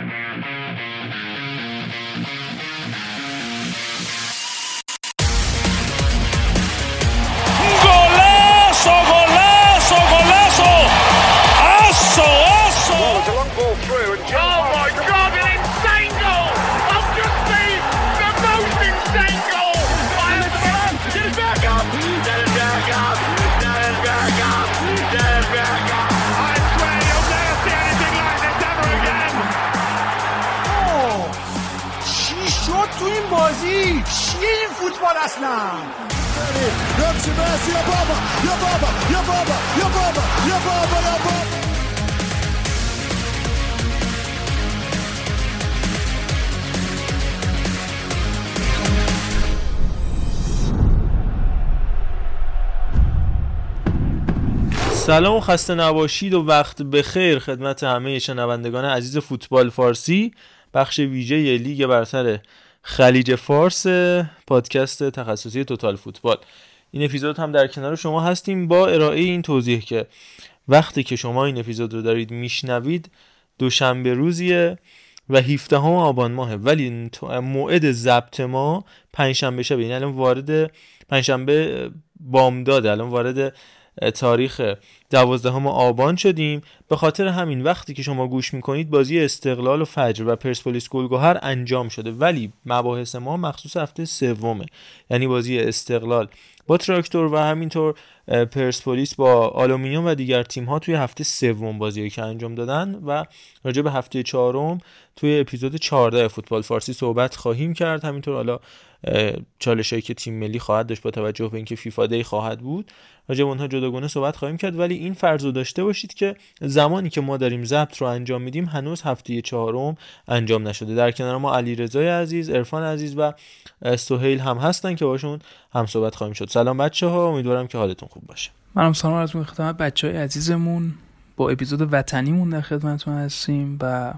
تو این بازی چیه این فوتبال اصلا؟ نمشي ماشي يا بابا يا بابا يا بابا يا بابا يا بابا يا بابا. سلام و خسته نباشید و وقت بخیر خدمت همه شنوندگان عزیز فوتبال فارسی، بخش ویژه لیگ برتر خلیج فارس پادکست تخصصی توتال فوتبال. این اپیزود هم در کنار شما هستیم با ارائه این توضیح که وقتی که شما این اپیزود رو دارید میشنوید دوشنبه روزیه و 17 آبان ماهه، ولی موعد ضبط ما پنجشنبه شب، یعنی الان وارد پنجشنبه بامداد، الان وارد تاریخ 12 آبان شدیم. به خاطر همین وقتی که شما گوش میکنید بازی استقلال و فجر و پرسپولیس گلگهر انجام شده، ولی مباحث ما مخصوص هفته سومه، یعنی بازی استقلال با تراکتور و همینطور پرسپولیس با آلومینیوم و دیگر تیم ها توی هفته سوم بازی که انجام دادن و راجع به هفته چهارم توی اپیزود 14 فوتبال فارسی صحبت خواهیم کرد. همینطور حالا چالشایی که تیم ملی خواهد داشت با توجه به اینکه فیفا دی خواهد بود راجع به اونها جداگانه صحبت خواهیم کرد، ولی این فرض رو داشته باشید که زمانی که ما داریم ضبط رو انجام میدیم هنوز هفته چهارم انجام نشده. در کنار ما علیرضا عزیز، عرفان عزیز و سهیل هم هستن که باشون هم صحبت خواهیم شد. سلام بچه‌ها، امیدوارم که حالتون خوب باشه. منم سلام عرض می‌کنم خدمت بچه‌های عزیزمون، با اپیزود وطنیمون در خدمتتون هستیم و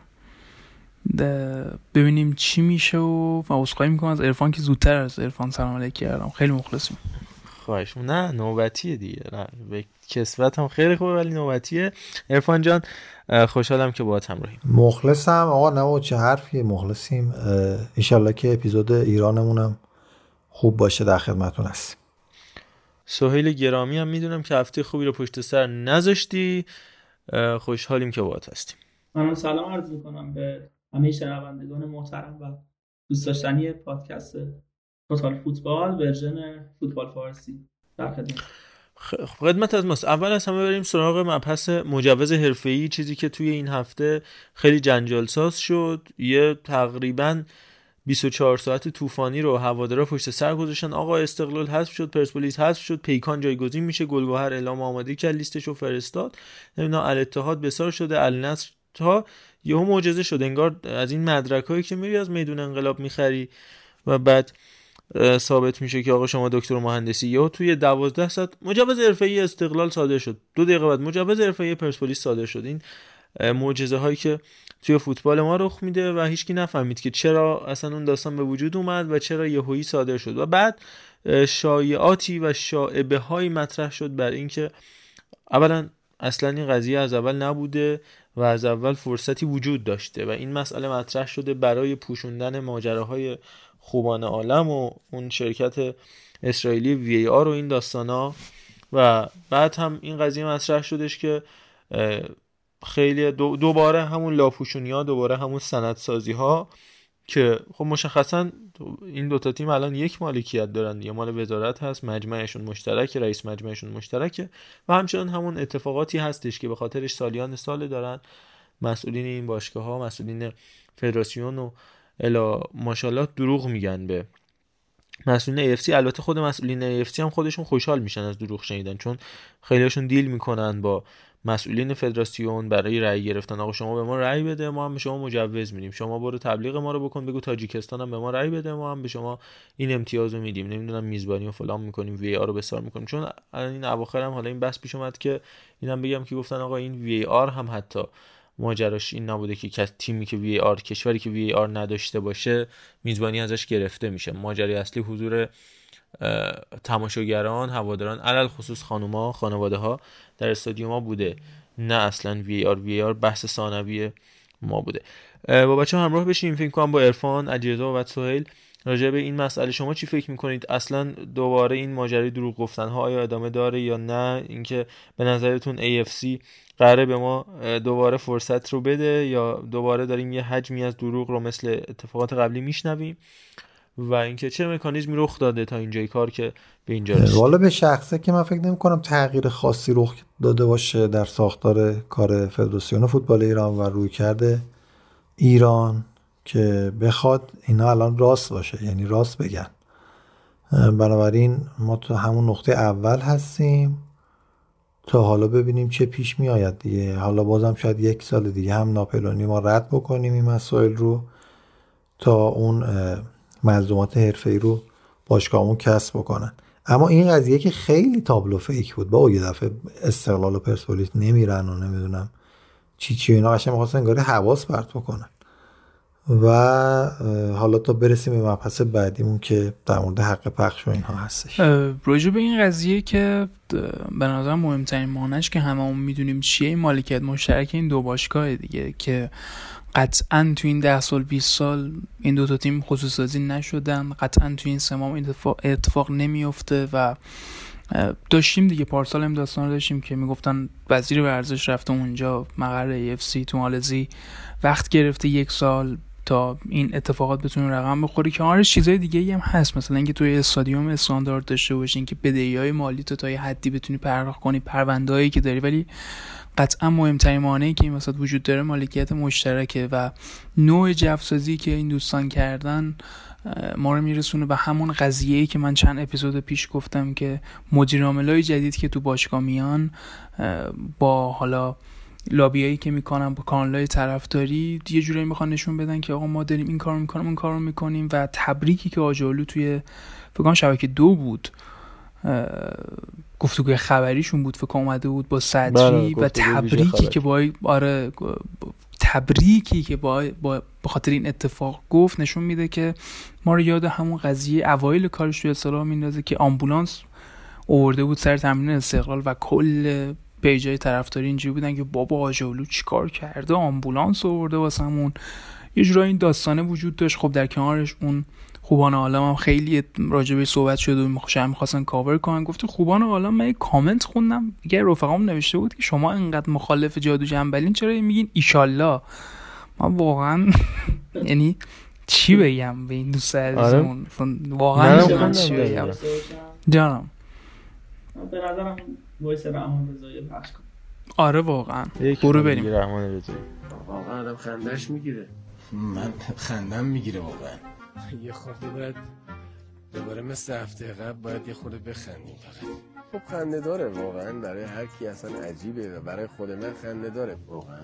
ببینیم چی میشه و عذرخواهی میکنم از عرفان که زودتر از عرفان سلام علیکی کردم. خیلی مخلصیم. خواهش نه نوبتیه دیگه، نه به کسوت هم خیلی خوبه ولی نوبتیه. عرفان جان خوشحالم که باهات همراهیم. مخلصم آقا، نه چه حرفیه، مخلصیم. انشالله که اپیزود ایرانمونم خوب باشه، در خدمتتون هستیم. سهیل گرامی هم میدونم که هفته خوبی رو پشت سر نذاشتی، خوشحالیم که باهات هستیم. منم سلام عرض میکنم به همه شنوندگان محترم و دوست داشتنی پادکست توتال فوتبال ورژن فوتبال فارسی. در خدمت از ماست. اول از همه بریم سراغ مبحث مجوز حرفه‌ای، چیزی که توی این هفته خیلی جنجال ساز شد. یه تقریباً 24 ساعت طوفانی رو هوادارا پشت سر گذاشتن. آقا استقلال حذف شد، پرسپولیس حذف شد، پیکان جایگزین میشه، گلگهر اعلام آمادگی کرد، لیستشو فرستاد، نمیدونم الاتحاد بسار شده، النصر تا یهو معجزه شد. انگار از این مدرکایی که میری از میدون انقلاب میخری و بعد ثابت میشه که آقا شما دکتر مهندسی، یهو توی 12 ساعت مجوز حرفه‌ای استقلال صادر شد، 2 دقیقه بعد مجوز حرفه‌ای پرسپولیس صادر شد. این معجزه هایی که توی فوتبال ما رخ میده و هیچکی نفهمید که چرا اصلا اون داستان به وجود اومد و چرا یهویی صادر شد. و بعد شایعاتی و شایبه هایی مطرح شد بر اینکه اولا اصلا این قضیه از اول نبوده و از اول فرصتی وجود داشته و این مسئله مطرح شده برای پوشوندن ماجراهای خوبان عالم و اون شرکت اسرائیلی وی آر و این داستانا. و بعد هم این قضیه مطرح شدش که خیلی دوباره همون لاپوشونی ها، دوباره همون سندسازی ها که خب مشخصا این دوتا تیم الان یک مالکیت دارن، یه مال وزارت هست، مجمعشون مشترکه، رئیس مجمعشون مشترکه و همچنان همون اتفاقاتی هستش که به خاطرش سالیان سال دارن مسئولین این باشگاه ها، مسئولین فدراسیون و الا ماشاءالله دروغ میگن به مسئولین AFC. البته خود مسئولین AFC هم خودشون خوشحال میشن از دروغ شنیدن، چون خیلیاشون دیل میکنن با مسئولین فدراسیون برای رأی گرفتن. آقا شما به ما رأی بده، ما هم به شما مجوز میدیم، شما برو تبلیغ ما رو بکن، بگو تاجیکستان هم به ما رأی بده، ما هم به شما این امتیاز رو میدیم، نمیدونم میزبانی و فلان میکنیم، وی آر رو بسار میکنیم. چون این اواخر هم حالا این بحث پیش اومد که اینم بگم که گفتن آقا این وی آر هم حتی ماجراش این نبوده که تیمی که وی آر، کشوری که وی آر نداشته باشه، میزبانی ازش گرفته میشه. ماجرای اصلی حضور تماشاگران، هواداران، علل خصوص خانوما، خانواده ها در استادیوم ها بوده، نه اصلا وی آر. بحث ثانوی ما بوده. با بچه همراه بشیم فکر کنم با عرفان، علیرضا و سهیل راجع به این مسئله شما چی فکر میکنید؟ اصلا دوباره این ماجرای دروغ گفتن ها آیا ادامه داره یا نه؟ اینکه به نظرتون AFC قراره به ما دوباره فرصت رو بده یا دوباره داریم یه حجمی از دروغ رو مثل اتفاقات قبلی میشنویم؟ و اینکه چه مکانیزمی رخ داده تا اینجای کار که به اینجا رسید؟ والا به شخصه که من فکر نمی‌کنم تغییر خاصی رخ داده باشه در ساختار کار فدراسیون فوتبال ایران و رویکرد ایران که بخواد اینا الان راست باشه، یعنی راست بگن. بنابراین ما تو همون نقطه اول هستیم تا حالا ببینیم چه پیش می آید دیگه. حالا بازم شاید 1 سال دیگه هم ناپلونی ما رد بکنیم این مسائل رو تا اون ملزومات حرفه‌ای رو باشگاهمون کسب بکنن. اما این قضیه که خیلی تابلو فیک بود، با یه دفعه استقلال و پرسپولیس نمیرن و نمیدونم چی اینا، قشنگ می‌خواستن انگار حواس پرت بکنن. و حالا تا برسیم به مبحث بعدیمون که در مورد حق پخش و اینها هستش. راجع به این قضیه که به نظر مهمترین مانعش که هممون میدونیم چیه، مالکیت مشترک این دو باشگاه دیگه که قطعاً تو این 10 سال 20 سال این دو تا تیم خصوصی نشدن، قطعاً تو این 3 ماه اتفاق نمیفته. و داشتیم دیگه پارسال هم داستان داشتیم که میگفتن وزیر ورزش رفته اونجا مقر AFC تو مالزی وقت گرفته 1 سال تا این اتفاقات بتونه رقم بخوره. که آره چیزای دیگه هم هست، مثلا اینکه توی استادیوم استاندارد داشته باشین که بدهی‌های مالی تا یه حدی بتونی پرداخت کنی، پرونده‌ای که داری. ولی قطعا مهمترین مانعی که این وسط وجود داره مالکیت مشترکه و نوع جف‌سازی که این دوستان کردن ما رو میرسونه به همون قضیه‌ای که من چند اپیزود پیش گفتم که مدیرعاملای جدید که تو باشگاه میان با حالا لابیایی که میکنن با کانالای طرفداری یه جوری میخوان نشون بدن که آقا ما داریم این کارو میکنیم اون کارو میکنیم. و تبریکی که آجالو توی فکر کنم شبکه 2 بود گفتگوی خبریشون بود، فکر کنم اومده بود با صدری و تبریکی که تبریکی که با خاطر این اتفاق گفت نشون میده که ما رو یاد همون قضیه اوایل کارش توی اصطلاح میندازه که آمبولانس آورده بود سر تمرین استقلال و کل پیجای طرفداری اینجوری بودن که بابا آجالو چیکار کرده، آمبولانس آورده واسمون. یه جورایی این داستانه وجود داشت. خب در کنارش اون خوبان عالم هم خیلی راجبه صحبت شد و می‌خواستن کاور کنن. گفت خوبان عالم من یک کامنت خوندم دیگه، رفقام نوشته بود که شما انقدر مخالف جادو جنبلین چرا میگین ایشالله. من واقعا یعنی چی بگم به این دوست عزیزمون، واقعا چی بگم جانم. به نظرم وایس رحمان رضایی پخش کن. آره واقعا برو بریم. رحمان رضایی واقعا آدم خندش میگیره. من خندم میگیره واقعا. یه خورده باید دوباره مثل هفته قبل باید یه خورده بخندیم. خب خنده داره واقعا، برای هر کی اصلا عجیبه و برای خود من خنده داره واقعا.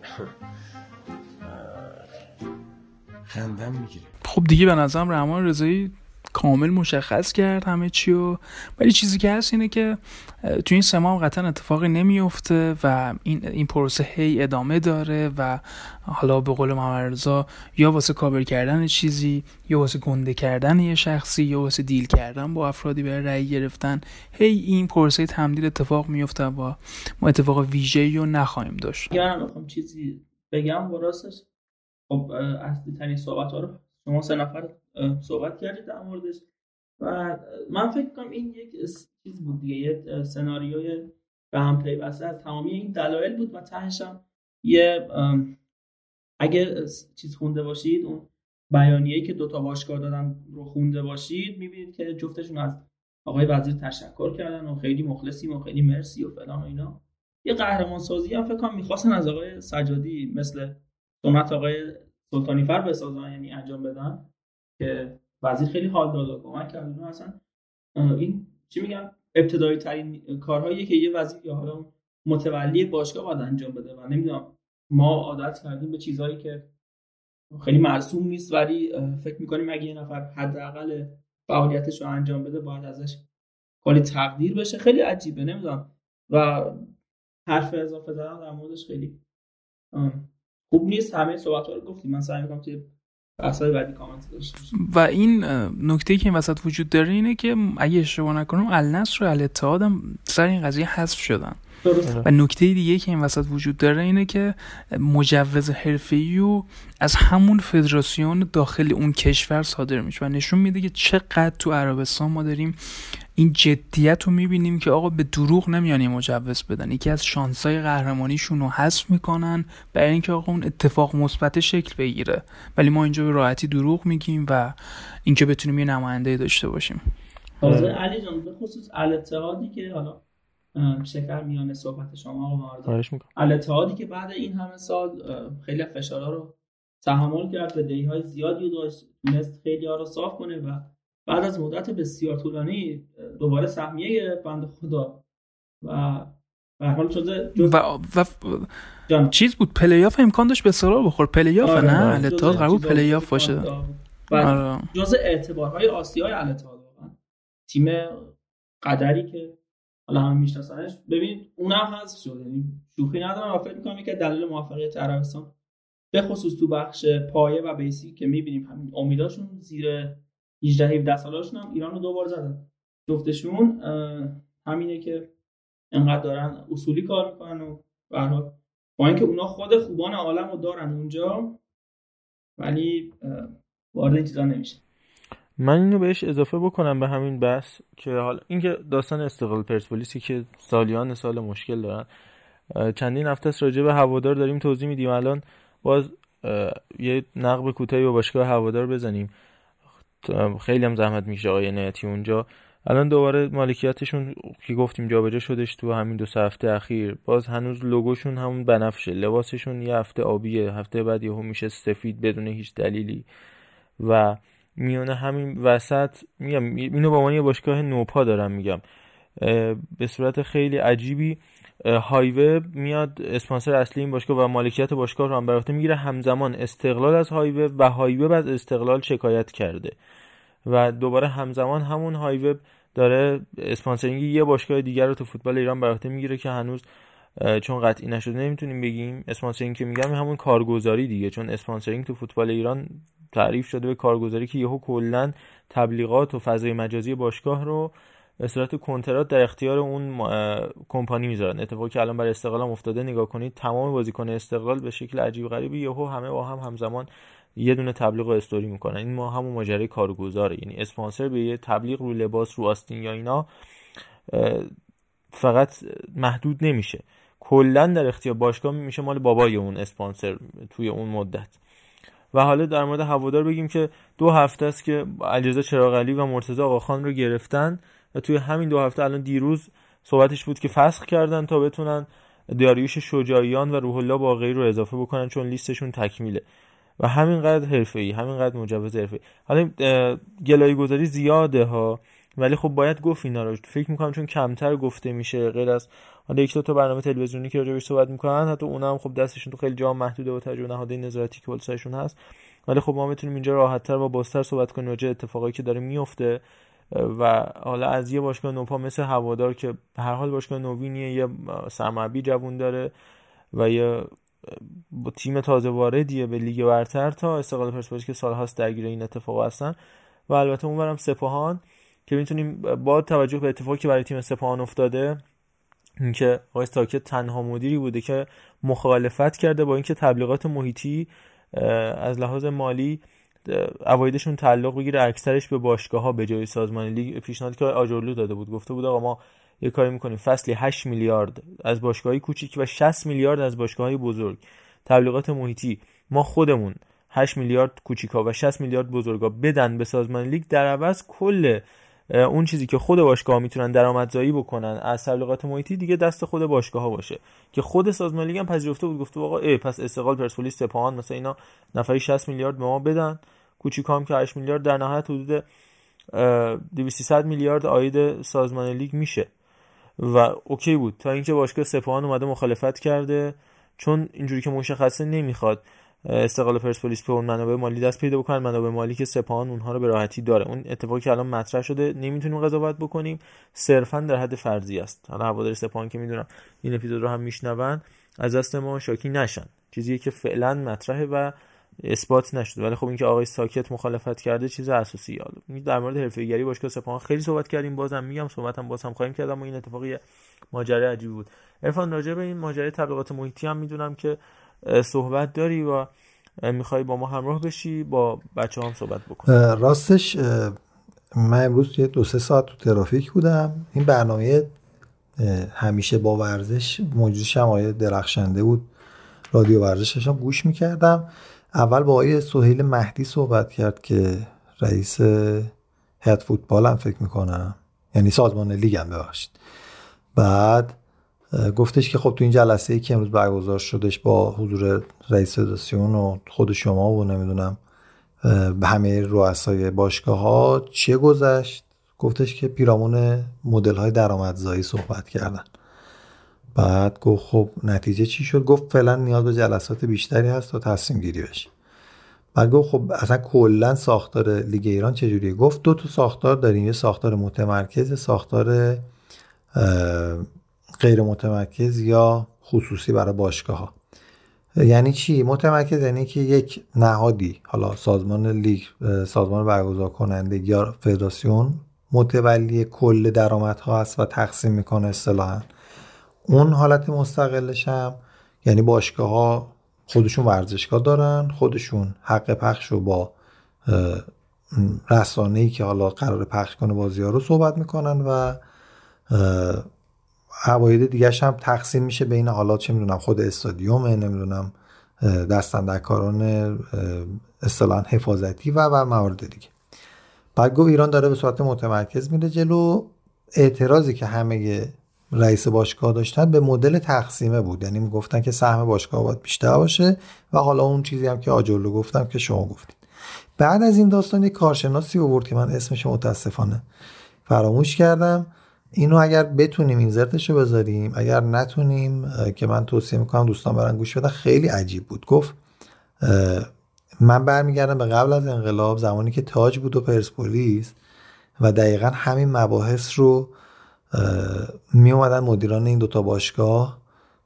خندم میگیره. خب دیگه به نظرم رحمان رضایی کامل مشخص کرد همه چیو. ولی چیزی که هست اینه که تو این 3 ماه قطعا اتفاقی نمیفته و این پروسه هی ادامه داره و حالا به قول محمد رضا یا واسه کاور کردن چیزی یا واسه گنده کردن یه شخصی یا واسه دیل کردن با افرادی برای رأی گرفتن، هی این پروسه تمدید اتفاق میفته و ما اتفاق ویژه‌ای رو نخواهیم داشت. من میخوام چیزی بگم وراستش. خب اصلی ترین صحبت‌ها رو شما 3 نفر صحبت کردید در موردش و من فکر کنم این یک چیز بود دیگه، یک سناریوی به هم پیوسته از تمامی این دلایل بود و تهش هم یه اگه چیز خونده باشید اون بیانیه‌ای که 2 تا باشگاه دادن رو خونده باشید میبینید که جفتشون از آقای وزیر تشکر کردن و خیلی مخلصیم و خیلی مرسی و فلان و اینا. یه قهرمان سازی هم فکر کنم می‌خواستن از آقای سجادی مثل سنت آقای سلطانی فر بسازن، یعنی انجام بدن که وزیر خیلی حال داد و کمک کرد. اصلا این چی میگم ابتدایی ترین کارهاییه که یه وزیر یا حالا متولی باشگاه باید انجام بده و نمیدونم ما عادت کردیم به چیزایی که خیلی مرسوم نیست ولی فکر میکنیم اگه یه نفر حداقل فعالیتش رو انجام بده باید ازش کلی تقدیر بشه. خیلی عجیبه نمیدونم و حرف اضافه زدن در موردش خیلی خوب نیست. همه صحبت‌ها رو گفتیم. من سعی می‌کنم توی بحث‌های بعدی کامنت داشته باشیم. و این نکته‌ای که این وسط وجود داره اینه که اگه اشتباه نکنم النصر و الاتحاد هم سر این قضیه حذف شدن. و نکته دیگه که این وسط وجود داره اینه که مجوز حرفه‌ای رو از همون فدراسیون داخل اون کشور صادر میشه و نشون میده که چقدر تو عربستان ما داریم این جدیت رو میبینیم که آقا به دروغ نمیان این مجوز بدن. یکی از شانسای قهرمانیشون رو حذف میکنن برای اینکه آقا اون اتفاق مثبت شکل بگیره، ولی ما اینجا به راحتی دروغ میگیم و اینکه بتونیم یه نماینده داشته باشیم. علی جان به خصوص الاتحادی که حالا شکر میانه صحبت شما رو معرض الاتحادی که بعد این همه سال خیلی فشارها رو تحمل کرد، بدهی‌های زیادی داشت، تونست خیلی‌ها رو صاف کنه و بعد از مدت بسیار طولانی دوباره سهمیه بنده خدا و به هر حال چیز بود پلی‌آف امکان داشت به سرا بخور پلی‌آف. نه الاتحاد قرار بود پلی‌آف باشه. جزء اعتبارهای آسیای الاتحاد واقعا تیم قدری که حالا هم میشناسنش. ببینید اونم حذف شد، یعنی شوخی ندارم و فکر می‌کنم که دلیل موفقیت عربستان به خصوص تو بخش پایه و بیسیک که می‌بینیم همین امیداشون زیر 18 17 سالاشون هم ایران رو دوبار زدن جفتشون، همینه که انقدر دارن اصولی کار میکنن و به هر حال با اینکه اونا خود خوبان عالم رو دارن اونجا ولی وارد این چیزا نمیشه. من اینو بهش اضافه بکنم به همین بحث که حالا اینکه داستان استقلال پرسپولیسی که سالیان سال مشکل دارن، چندین هفته است راجع به هوادار داریم توضیح میدیم. الان باز یه نقب کوتاهی به باشگاه هوادار بزنیم. خیلی هم زحمت میشه آقای عنایتی اونجا. الان دوباره مالکیتشون که گفتیم جابجا شدش تو همین 2 هفته اخیر. باز هنوز لوگوشون همون بنفشه، لباسشون یه هفته آبیه، هفته بعد یهو میشه سفید بدون هیچ دلیلی. و میونه همین وسط میگم اینو با عنوان یه باشگاه نوپا دارم میگم، به صورت خیلی عجیبی هایوه میاد اسپانسر اصلی این باشگاه و مالکیت باشگاه رو هم بر عهده میگیره. همزمان استقلال از هایوه و هایوه بعد استقلال شکایت کرده و دوباره همزمان همون هایوه داره اسپانسرینگ یه باشگاه دیگر رو تو فوتبال ایران بر عهده میگیره که هنوز چون قطعی نشده نمیتونیم بگیم. اسپانسرینگ که میگم همون کارگزاری دیگه، چون اسپانسرینگ تو فوتبال ایران تعریف شده به کارگزاری که یهو کلا تبلیغات و فضای مجازی باشگاه رو به صورت کنترات در اختیار اون کمپانی میذارن. اتفاقی که الان برای استقلال هم افتاده، نگاه کنید تمام بازیکن استقلال به شکل عجیب غریبی یهو همه با هم همزمان یه دونه تبلیغ و استوری میکنن. این ما همون ماجرای کارگزاره، یعنی اسپانسر به یه تبلیغ رو لباس رو آستین یا اینا فقط محدود نمیشه، کلا در اختیار باشگاه میشه مال بابای اون اسپانسر توی اون مدت. و حالا در مورد هوادار بگیم که 2 هفته است که علیرضا چراغعلی و مرتضی آقاخان رو گرفتن و توی همین 2 هفته الان دیروز صحبتش بود که فسخ کردن تا بتونن داریوش شجاعیان و روح الله باقری رو اضافه بکنن چون لیستشون تکمیله و همینقدر حرفه‌ای، همینقدر مجوز حرفه‌ای. حالا گلایه گذاری زیاده ها، ولی خب باید گفت اینا رو. فکر می‌کنم چون کمتر گفته میشه غیر از حالا یک دو تا برنامه تلویزیونی که راجعش صحبت می‌کنن، حتی اونا هم خب دستشون تو خیلی جا محدوده و تجربه نهادهای نظارتی که بالسرشون هست، ولی خب ما میتونیم اینجا راحت‌تر و بازتر صحبت کنیم راجع اتفاقایی که داره میفته. و حالا از یه باشگاه نوپا مثل هوادار که به هر حال باشگاه نوینیه، یه سرمربی جوون داره و یه با تیم تازه واردیه به لیگ برتر، تا استقلال پرسپولیس که سال‌هاست درگیر این اتفاق هستن. و البته اونورم سپاهان که میتونیم با توجه به اتفاقی که برای تیم سپاهان افتاده، اینکه آقای ساکت تنها مدیری بوده که مخالفت کرده با اینکه تبلیغات محیطی از لحاظ مالی عوایدشون تعلق بگیره اکثرش به باشگاه‌ها به جای سازمان لیگ. پیشنهادی که آجرلو داده بود، گفته بود آقا ما یه کاری می‌کنیم فصلی 8 میلیارد از باشگاه‌های کوچیک و 60 میلیارد از باشگاه‌های بزرگ تبلیغات محیطی، ما خودمون 8 میلیارد کوچیک‌ها و 60 میلیارد بزرگا بدن به سازمان لیگ، در عوض کل اون چیزی که خود باشگاه‌ها میتونن درآمدزایی بکنن از تبلیغات محیطی دیگه دست خود باشگاه‌ها باشه، که خود سازمان لیگ هم پذیرفته بود. گفته آقا پس استقلال پرسپولیس سپاهان مثلا اینا نفری 60 میلیارد به ما بدن، کوچیک‌ها هم که 8 میلیارد، در نهایت حدود 200 میلیارد عاید سازمان لیگ میشه و اوکی بود. تا اینکه باشگاه سپاهان اومده مخالفت کرده، چون اینجوری که مشخصه نمیخواد استقلال پرسپولیس به اون منابع مالی دست پیدا بکنن، منابع مالی که سپاهان اونها رو به راحتی داره. اون اتفاقی که الان مطرح شده نمیتونیم قضاوت بکنیم، صرفا در حد فرضی است. حالا هوادار سپاهان که میدونم این اپیزود رو هم میشنون از دست ما شاکی نشن، چیزی که فعلا مطرحه و اثبات نشد. ولی خب اینکه آقای ساکت مخالفت کرده چیز اساسیه. در مورد حرفه‌ایگری باشگاه سپاهان خیلی صحبت کردیم، بازم میگم صحبتم بازم خواهیم کردم و این اتفاقی ماجرا عجیبی بود. عرفان راجع به این ماجرای تبلیغات محیطی هم میدونم که صحبت داری و میخوای با ما همراه بشی، با بچه‌ها هم صحبت بکنی. راستش من امروز یه 2-3 ساعت تو ترافیک بودم. این برنامه همیشه با ورزش موجودش هم آقای درخشنده بود، رادیو ورزشش هم گوش میکردم. اول با آقای سهیل مهدی صحبت کرد که رئیس هیئت فوتبال هم فکر میکنم، یعنی سازمان لیگ هم ببخشید. بعد گفتش که خب تو این جلسه‌ای که امروز برگزار شدش با حضور رئیس فدراسیون و خود شما و نمیدونم به همه رؤسای باشگاه‌ها چه گذشت، گفتش که پیرامون مدل‌های درآمدزایی صحبت کردن. بعد گفت خب نتیجه چی شد؟ گفت فعلا نیاز به جلسات بیشتری هست تا تصمیم گیری بشه. بعد گفت خب اصلا کلا ساختار لیگ ایران چجوریه؟ گفت 2 تا ساختار داریم، یه ساختار متمرکز، ساختار غیر متمرکز یا خصوصی برای باشگاه‌ها. یعنی چی؟ متمرکز یعنی که یک نهادی، حالا سازمان لیگ، سازمان برگزار کننده یا فدراسیون، متولی کل درآمدها هست و تقسیم میکنه اصطلاحاً. اون حالت مستقلش هم یعنی باشگاه‌ها خودشون ورزشگاه دارن، خودشون حق پخش رو با رسانه‌ای که حالا قرار پخش کنه بازی‌ها رو صحبت میکنن و عواید دیگه‌ش هم تقسیم میشه بین حالا چه میدونم خود استادیومه، نمیدونم دستاندرکاران اصطلاحاً حفاظتی و موارد دیگه. بعد گفت ایران داره به صورت متمرکز میره جلو. اعتراضی که همه رئیس باشگاه داشتن به مدل تقسیمه بود، یعنی میگفتن که سهم باشگاه باید بیشتر باشه و حالا اون چیزی هم که آجرلو گفتم که شما گفتید. بعد از این داستان یک کارشناسی آورد که من اسمش متاسفانه فراموش کردم. اینو اگر بتونیم اینزرتشو بذاریم، اگر نتونیم که من توصیه میکنم دوستان برن گوش بدن، خیلی عجیب بود. گفت من برمیگردم به قبل از انقلاب، زمانی که تاج بود و پرسپولیس و دقیقاً همین مباحث رو می اومدن مدیران این 2 تا باشگاه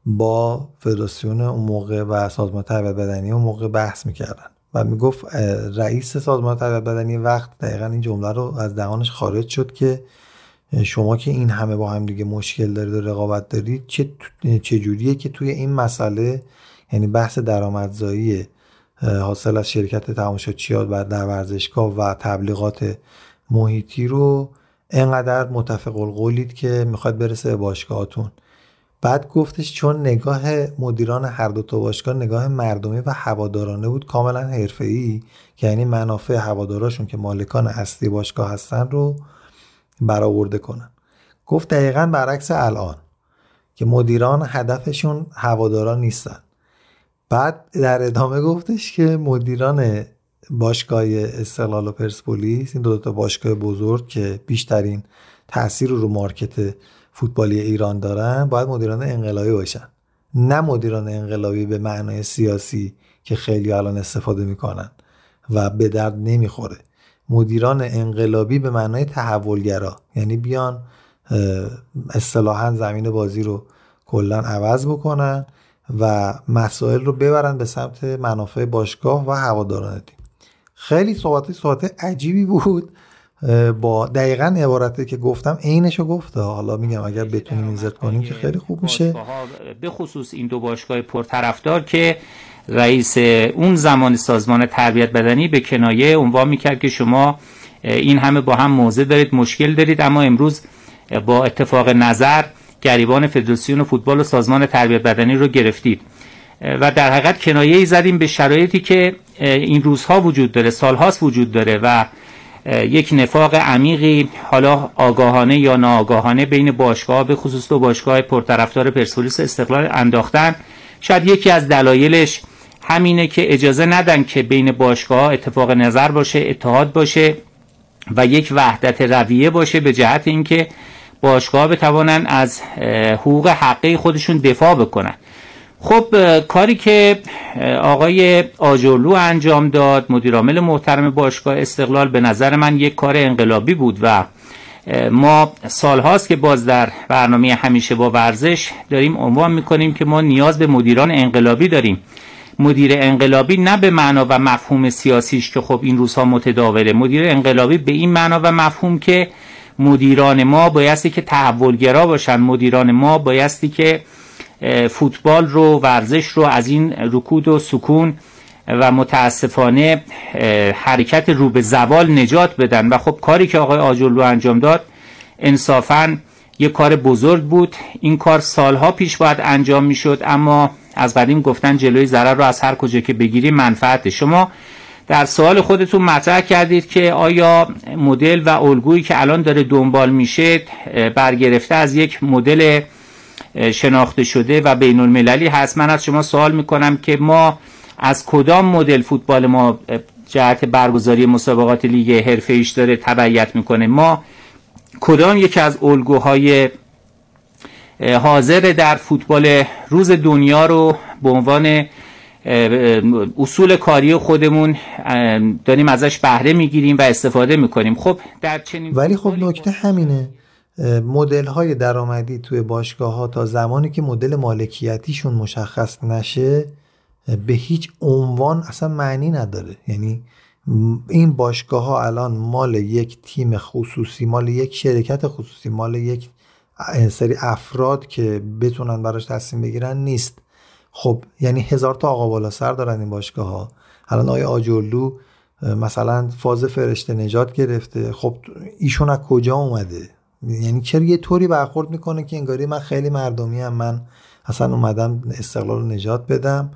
با فدراسیون اون موقع و سازمان تربیت بدنی اون موقع بحث میکردن و میگفت رئیس سازمان تربیت بدنی وقت دقیقاً این جمله رو از دهانش خارج شد که شما که این همه با هم دیگه مشکل دارید و رقابت دارید، چه جوریه که توی این مسئله، یعنی بحث درآمدزایی حاصل از شرکت تماشاچیان در ورزشگاه و تبلیغات محیطی رو اینقدر متفق القولید که میخواد برسه به باشگاهاتون. بعد گفتش چون نگاه مدیران هر 2 تا باشگاه نگاه مردمی و هوادارانه بود، کاملا حرفه‌ای، که یعنی منافع هواداراشون که مالکان اصلی باشگاه هستن رو برآورده کنن. گفت دقیقاً برعکس الان که مدیران هدفشون هواداران نیستن. بعد در ادامه گفتش که مدیران باشگاه استقلال و پرسپولیس، این 2 تا باشگاه بزرگ که بیشترین تأثیر رو مارکت فوتبالی ایران دارن، باید مدیران انقلابی باشن، نه مدیران انقلابی به معنای سیاسی که خیلی الان استفاده میکنن و به درد نمیخوره. مدیران انقلابی به معنای تحولگرا، یعنی بیان اصطلاحاً زمین بازی رو کلاً عوض بکنن و مسائل رو ببرن به سمت منافع باشگاه و هواداران تیم. خیلی صحبت عجیبی بود، با دقیقاً عبارتی که گفتم عینشو گفته. حالا میگم اگر بتونیم اینزرت کنیم که خیلی خوب میشه. به خصوص این 2 باشگاه پرطرفدار که رئیس اون زمان سازمان تربیت بدنی به کنایه عنوان میکرد که شما این همه با هم موضع دارید، مشکل دارید، اما امروز با اتفاق نظر گریبان فدراسیون فوتبال و سازمان تربیت بدنی رو گرفتید و در حقیقت کنایه‌ای زدیم به شرایطی که این روزها وجود داره، سالهاست وجود داره و یک نفاق عمیقی حالا آگاهانه یا ناآگاهانه بین باشگاه به خصوص 2 باشگاه پرطرفدار پرسپولیس استقلال انداختن. شاید یکی از دلایلش همینه که اجازه ندن که بین باشگاه اتفاق نظر باشه، اتحاد باشه و یک وحدت رویه باشه به جهت اینکه باشگاه بتوانن از حقوق حقیقی خودشون دفاع بکنن. خب کاری که آقای آجرلو انجام داد، مدیرعامل محترم باشگاه استقلال، به نظر من یک کار انقلابی بود و ما سالهاست که باز در برنامه همیشه با ورزش داریم عنوان میکنیم که ما نیاز به مدیران انقلابی داریم. مدیر انقلابی نه به معنا و مفهوم سیاسیش که خب این روزها متداوله، مدیر انقلابی به این معنا و مفهوم که مدیران ما بایستی که تحولگرا باشن، مدیران ما بایستی که فوتبال رو، ورزش رو از این رکود و سکون و متاسفانه حرکت رو به زوال نجات بدن. و خب کاری که آقای آجرلو انجام داد انصافاً یک کار بزرگ بود. این کار سالها پیش باید انجام میشد، اما از قدیم گفتن جلوی ضرر رو از هر کجا که بگیری منفعت. شما در سوال خودتون مطرح کردید که آیا مدل و الگویی که الان داره دنبال میشه برگرفته از یک مدل شناخته شده و بین المللی هست. من از شما سوال میکنم که ما از کدام مدل فوتبال ما جهت برگزاری مسابقات لیگ حرفه‌ایش داره تبعیت میکنه؟ ما کدام یکی از الگوهای حاضر در فوتبال روز دنیا رو به عنوان اصول کاری خودمون داریم ازش بهره میگیریم و استفاده میکنیم؟ خب در چنین ولی خب نکته همینه، مدل های درآمدی توی باشگاه ها تا زمانی که مدل مالکیتیشون مشخص نشه به هیچ عنوان اصلا معنی نداره. یعنی این باشگاه ها الان مال یک تیم خصوصی، مال یک شرکت خصوصی، مال یک سری افراد که بتونن براش تصمیم بگیرن نیست. خب یعنی 1000 تا آقا بالا سر دارن این باشگاه ها. الان آقای آجرلو مثلا فاز فرشته نجات گرفته، خب ایشون از کجا اومده؟ یعنی چرا یه طوری برخورد میکنه که انگاری من خیلی مردمی ام، من اصلا اومدم استقلال رو نجات بدم.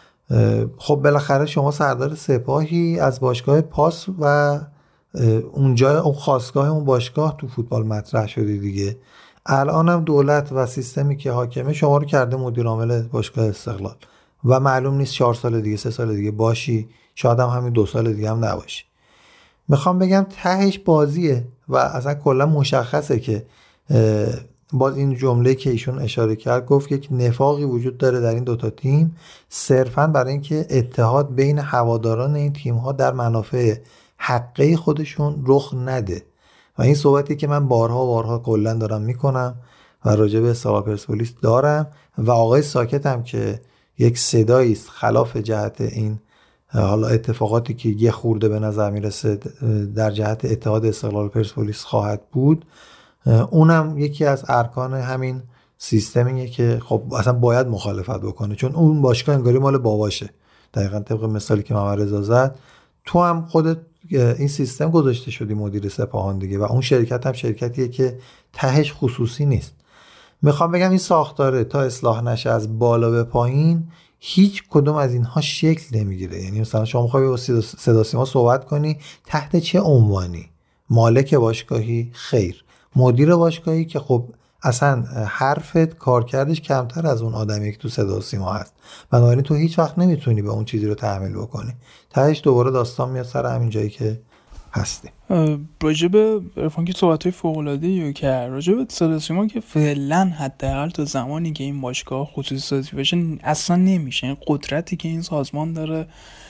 خب بالاخره شما سردار سپاهی از باشگاه پاس و اونجا اون خاستگاه اون باشگاه تو فوتبال مطرح شدی دیگه. الان هم دولت و سیستمی که حاکمه شما رو کرده مدیر عامل باشگاه استقلال و معلوم نیست 4 سال دیگه 3 سال دیگه باشی، شاید هم همین 2 سال دیگه هم نباشی. میخوام بگم تهش بازیه و اصلا کلا مشخصه که باز این جمله که ایشون اشاره کرد، گفت یک نفاقی وجود داره در این دوتا تیم صرفاً برای اینکه اتحاد بین هواداران این تیم‌ها در منافع حقیقی خودشون رخ نده. و این صحبتی که من بارها کلا دارم میکنم و راجع به استقلال پرسپولیس دارم و آقای ساکت هم که یک صدایی است خلاف جهت این حالا اتفاقاتی که یه خورده به نظر میرسه در جهت اتحاد استقلال پرسپولیس خواهد بود، اونم یکی از ارکان همین سیستمیه که خب اصلا باید مخالفت بکنه، چون اون باشگاه انگاری مال باباشه. دقیقاً طبق مثالی که محمد رضا زد، تو هم خودت این سیستم گذاشته شدی مدیر سپاهان دیگه و اون شرکت هم شرکتیه که تهش خصوصی نیست. میخوام بگم این ساختاره تا اصلاح نشه از بالا به پایین هیچ کدوم از اینها شکل نمیگیره. یعنی مثلا شما میخوای با صدا سیما صحبت کنی، تحت چه عنوانی؟ مالک باشگاهی؟ خیر. مدیر باشگاهی که خب اصلا حرفت کارکردش کمتر از اون آدمی که تو صدا سیما هست، بنابراین تو هیچ وقت نمیتونی به اون چیزی رو تحمیل بکنی. تهش دوباره داستان میاد سر همین جایی که هستی. راجب عرفان که صحبت‌های فوق‌العاده‌ای کرد، راجب صدا سیما که فعلا حداقل تا زمانی که این باشگاه خصوصی سازی بشه اصلا نمیشه. این قدرتی که این سازمان داره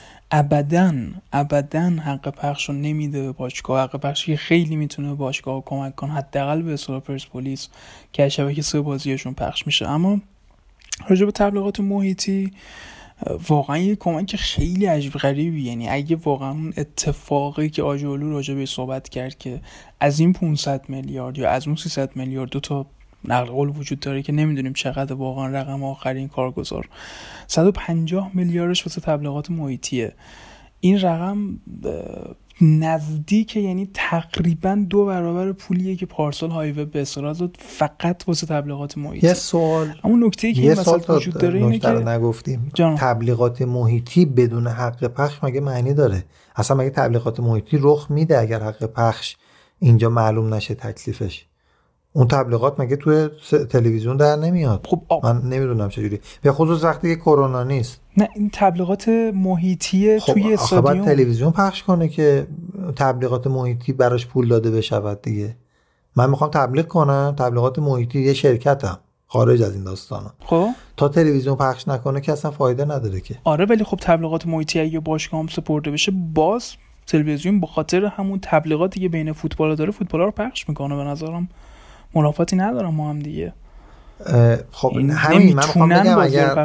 ابداً حق پخش رو نمیده به باشگاه. حق پخشی که خیلی میتونه باشگاه کمک کنه، حداقل به استقلال پرسپولیس که شبکه 3 بازیشون پخش میشه. اما راجع به تبلیغات محیطی واقعا یه کمک خیلی عجیب غریبی، یعنی اگه واقعا اون اتفاقی که آجرلو راجع به صحبت کرد که از این 500 میلیارد یا از اون 300 میلیارد دو تا نقل قول وجود داره که نمیدونیم چقدر واقعا رقم آخرین کارگزار، 150 میلیاردش واسه تبلیغات محیطیه. این رقم نزدیکه، یعنی تقریبا 2 برابر پولیه که پارسال هایوه به اصرار داد فقط واسه تبلیغات محیطی. یه سوال، اون نکته‌ای که این مثلا وجود داره اینه که نگفتیم تبلیغات محیطی بدون حق پخش مگه معنی داره؟ اصلا مگه تبلیغات محیطی رخ میده اگر حق پخش اینجا معلوم نشه تکلیفش؟ اون تبلیغات مگه توی تلویزیون در نمیاد؟ خب من نمیدونم چجوری، به خصوص وقتی که کرونا نیست. نه این تبلیغات محیطی خب توی استادیوم خب تلویزیون پخش کنه که تبلیغات محیطی براش پول داده بشود دیگه. من میخوام تبلیغ کنم، تبلیغات محیطی یه شرکتم خارج از این داستانا، خب تا تلویزیون پخش نکنه که اصلا فایده نداره که. آره ولی خب تبلیغات محیطی اگه باشگاه هم سپرده بشه، باز تلویزیون به خاطر همون تبلیغاتی که بین فوتبال داره فوتبالا رو پخش میکنه. به نظرم منافاتی ندارم ما هم دیگه. خب همین من میخوام بگم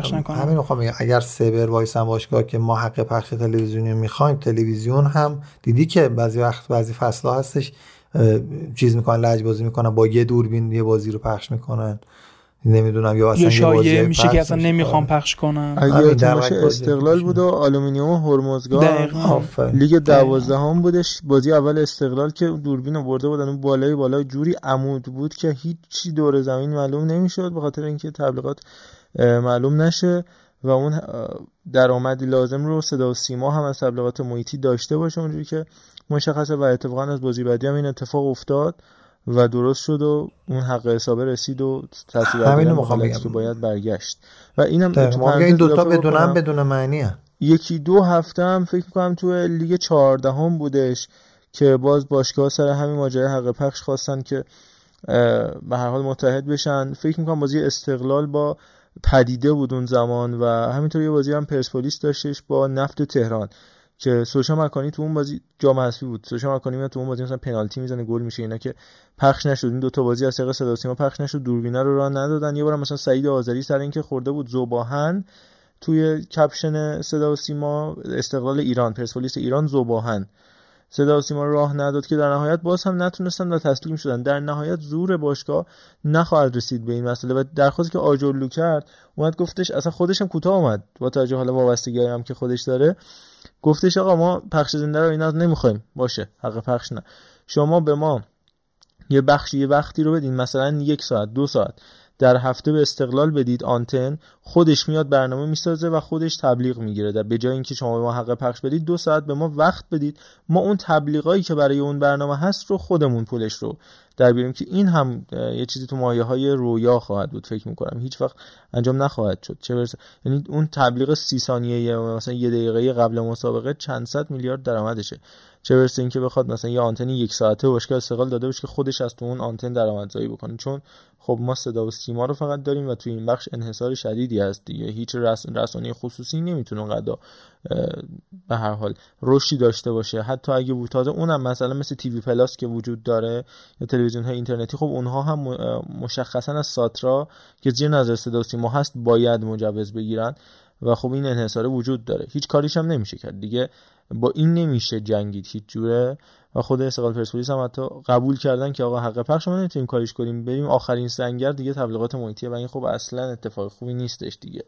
اگر سیبر وایسن باشگاه که ما حق پخش تلویزیونی میخوایم، تلویزیون هم دیدی که بعضی فصل‌ها هستش چیز میکنن، لجبازی میکنن، با یه دوربین یه بازی رو پخش میکنن، نمیدونم یا اصلا یه بازی میشه که اصلا نمیخوام پخش کنم. اگه تماشا استقلال بود و آلومینیوم هرمزگان لیگ 12 هم بودش، بازی اول استقلال که دوربین رو برده بودن اون بالای جوری عمود بود که هیچی دور زمین معلوم نمیشد به خاطر اینکه تبلیغات معلوم نشه و اون درآمدی لازم رو صدا و سیما هم از تبلیغات محیطی داشته باشه اونجوری که مشخصه. و اتفاقا از بازی بعدی هم این اتفاق افتاد و درست شد و اون حق حسابه رسید و همینو میخوام بگم که باید برگشت. و اینم این دوتا بدون معنیه. یکی دو هفته هم فکر میکنم تو لیگ 14 هم بودش که باز باشگاه سر همین ماجرای حق پخش خواستن که به هر حال متحد بشن. فکر میکنم بازی استقلال با پدیده بود اون زمان و همینطور یه بازی هم پرسپولیس داشتش با نفت تهران که سوشا مکانی تو اون بازی جام حذفی بود. سوشا مکانی میاد تو اون بازی مثلا پنالتی میزنه گل میشه، اینا که پخش نشد. این دو تا بازی از طریق صدا و سیما پخش نشد، دوربینا رو راه ندادن. یه بار مثلا سعید آذری سر اینکه خورده بود ذوباهن توی کپشن صدا و سیما استقلال ایران پرسپولیس ایران ذوباهن، صدا و سیما راه نداد که در نهایت باز هم نتونستن و تسلیم شدن. در نهایت زور باشگاه نخواهد رسید به این مسئله و درخواستی که آجرلو کرد اومد گفتش، اصلا خودش هم کوتاه اومد با توجه حالا وابستگی هم که خودش داره، گفتش آقا ما پخش زنده رو اینا نمیخوایم، باشه حق پخش نه، شما به ما یه وقتی رو بدین، مثلا 1 ساعت 2 ساعت در هفته به استقلال بدید آنتن، خودش میاد برنامه میسازه و خودش تبلیغ میگیره. در به جای اینکه شما به ما حق پخش بدید 2 ساعت به ما وقت بدید، ما اون تبلیغایی که برای اون برنامه هست رو خودمون پولش رو در بیاریم. که این هم یه چیزی تو مایه‌های رویا خواهد بود، فکر می‌کنم هیچ وقت انجام نخواهد شد. چه برسه یعنی اون تبلیغ 30 ثانیه‌ای مثلا 1 دقیقه قبل مسابقه چند صد میلیارد درآمدشه، چه برسه اینکه بخواد مثلا یه آنتن 1 ساعته باشگاه استقلال داده باشه که خودش از تو اون آنتن درآمدزایی بکنه. چون خب ما صدا و سیما رو فقط داریم و تو این بخش انحصار شدیدی هست دیگه، هیچ رسانه خصوصی نمیتونه اونقدر به هر حال رشدی داشته باشه. حتی اگه بود تازه اونم مثلا مثل تی وی پلاس که وجود داره یا تلویزیون های اینترنتی، خب اونها هم مشخصا از ساترا که زیر نظر صدا و سیما هست باید مجوز بگیرن و خب این انحصار وجود داره، هیچ کاریش هم نمیشه کرد دیگه، با این نمیشه جنگید هیچ جوره. و خود استقلال پرسپولیس هم حتی قبول کردن که آقا حق پخش ما نمیتونیم کاریش کنیم، بریم آخرین سنگر دیگه تبلیغات محیطیه و این خب اصلا اتفاق خوبی نیستش دیگه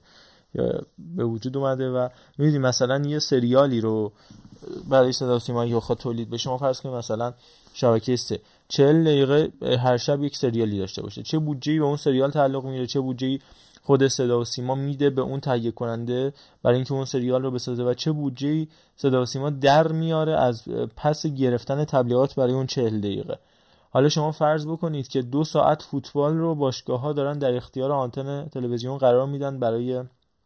به وجود اومده. و می‌بینید مثلا یه سریالی رو برای صدا و سیما یا خود تولید به شما فرض کنید مثلا شبکه 3 40 دقیقه هر شب یک سریالی داشته باشه، چه بودجه‌ای به اون سریال تعلق میگیره، چه بودجه‌ای خود صدا و سیما میده به اون تهیه کننده برای اینکه اون سریال رو بسازه و چه بودجه‌ای صدا و سیما در میاره از پس گرفتن تبلیغات برای اون 40 دقیقه. حالا شما فرض بکنید که 2 ساعت فوتبال رو باشگاه‌ها دارن در اختیار آنتن تلویزیون قرار میدن برای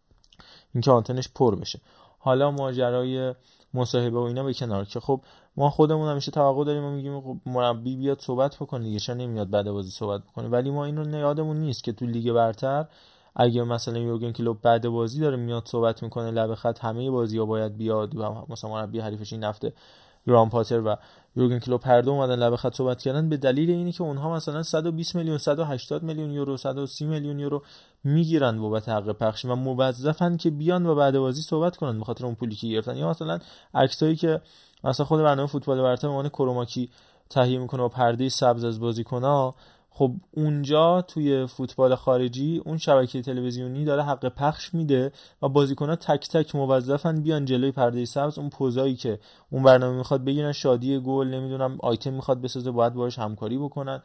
اینکه آنتنش پر بشه. حالا ماجرای مصاحبه و اینا به کنار که خب ما خودمون همیشه توقع داریم و میگیم خب مربی بیاد صحبت بکنه دیگه، چرا نمیاد بعد بازی صحبت بکنه، ولی ما این رو یادمون نیست که تو لیگ برتر اگه مثلا یورگن کلوپ بعد بازی داره میاد صحبت میکنه لب خط همه بازی‌ها باید بیاد و مثلا مربی حریفش این هفته گرام پاتر و یورگن کلوپ هر دو اومدن لب خط صحبت کردن به دلیل اینی که اونها مثلا 120 میلیون 180 میلیون یورو 130 میلیون یورو میگیرن بابت حق پخش و موظفن که بیان و بعد بازی صحبت کنن به خاطر اون پولی که گرفتن. یا مثلا عکسایی که مثلا خود برنامه فوتبال برتر عنوان کروماکی تهیه میکنه و پرده سبز از بازیکن‌ها، خب اونجا توی فوتبال خارجی اون شبکه تلویزیونی داره حق پخش میده و بازیکن‌ها تک تک موظفن بیان جلوی پرده سبز اون پوزایی که اون برنامه میخواد بگیرن، شادی گل نمیدونم آیتم میخواد بسازه باید باهاش همکاری بکنن،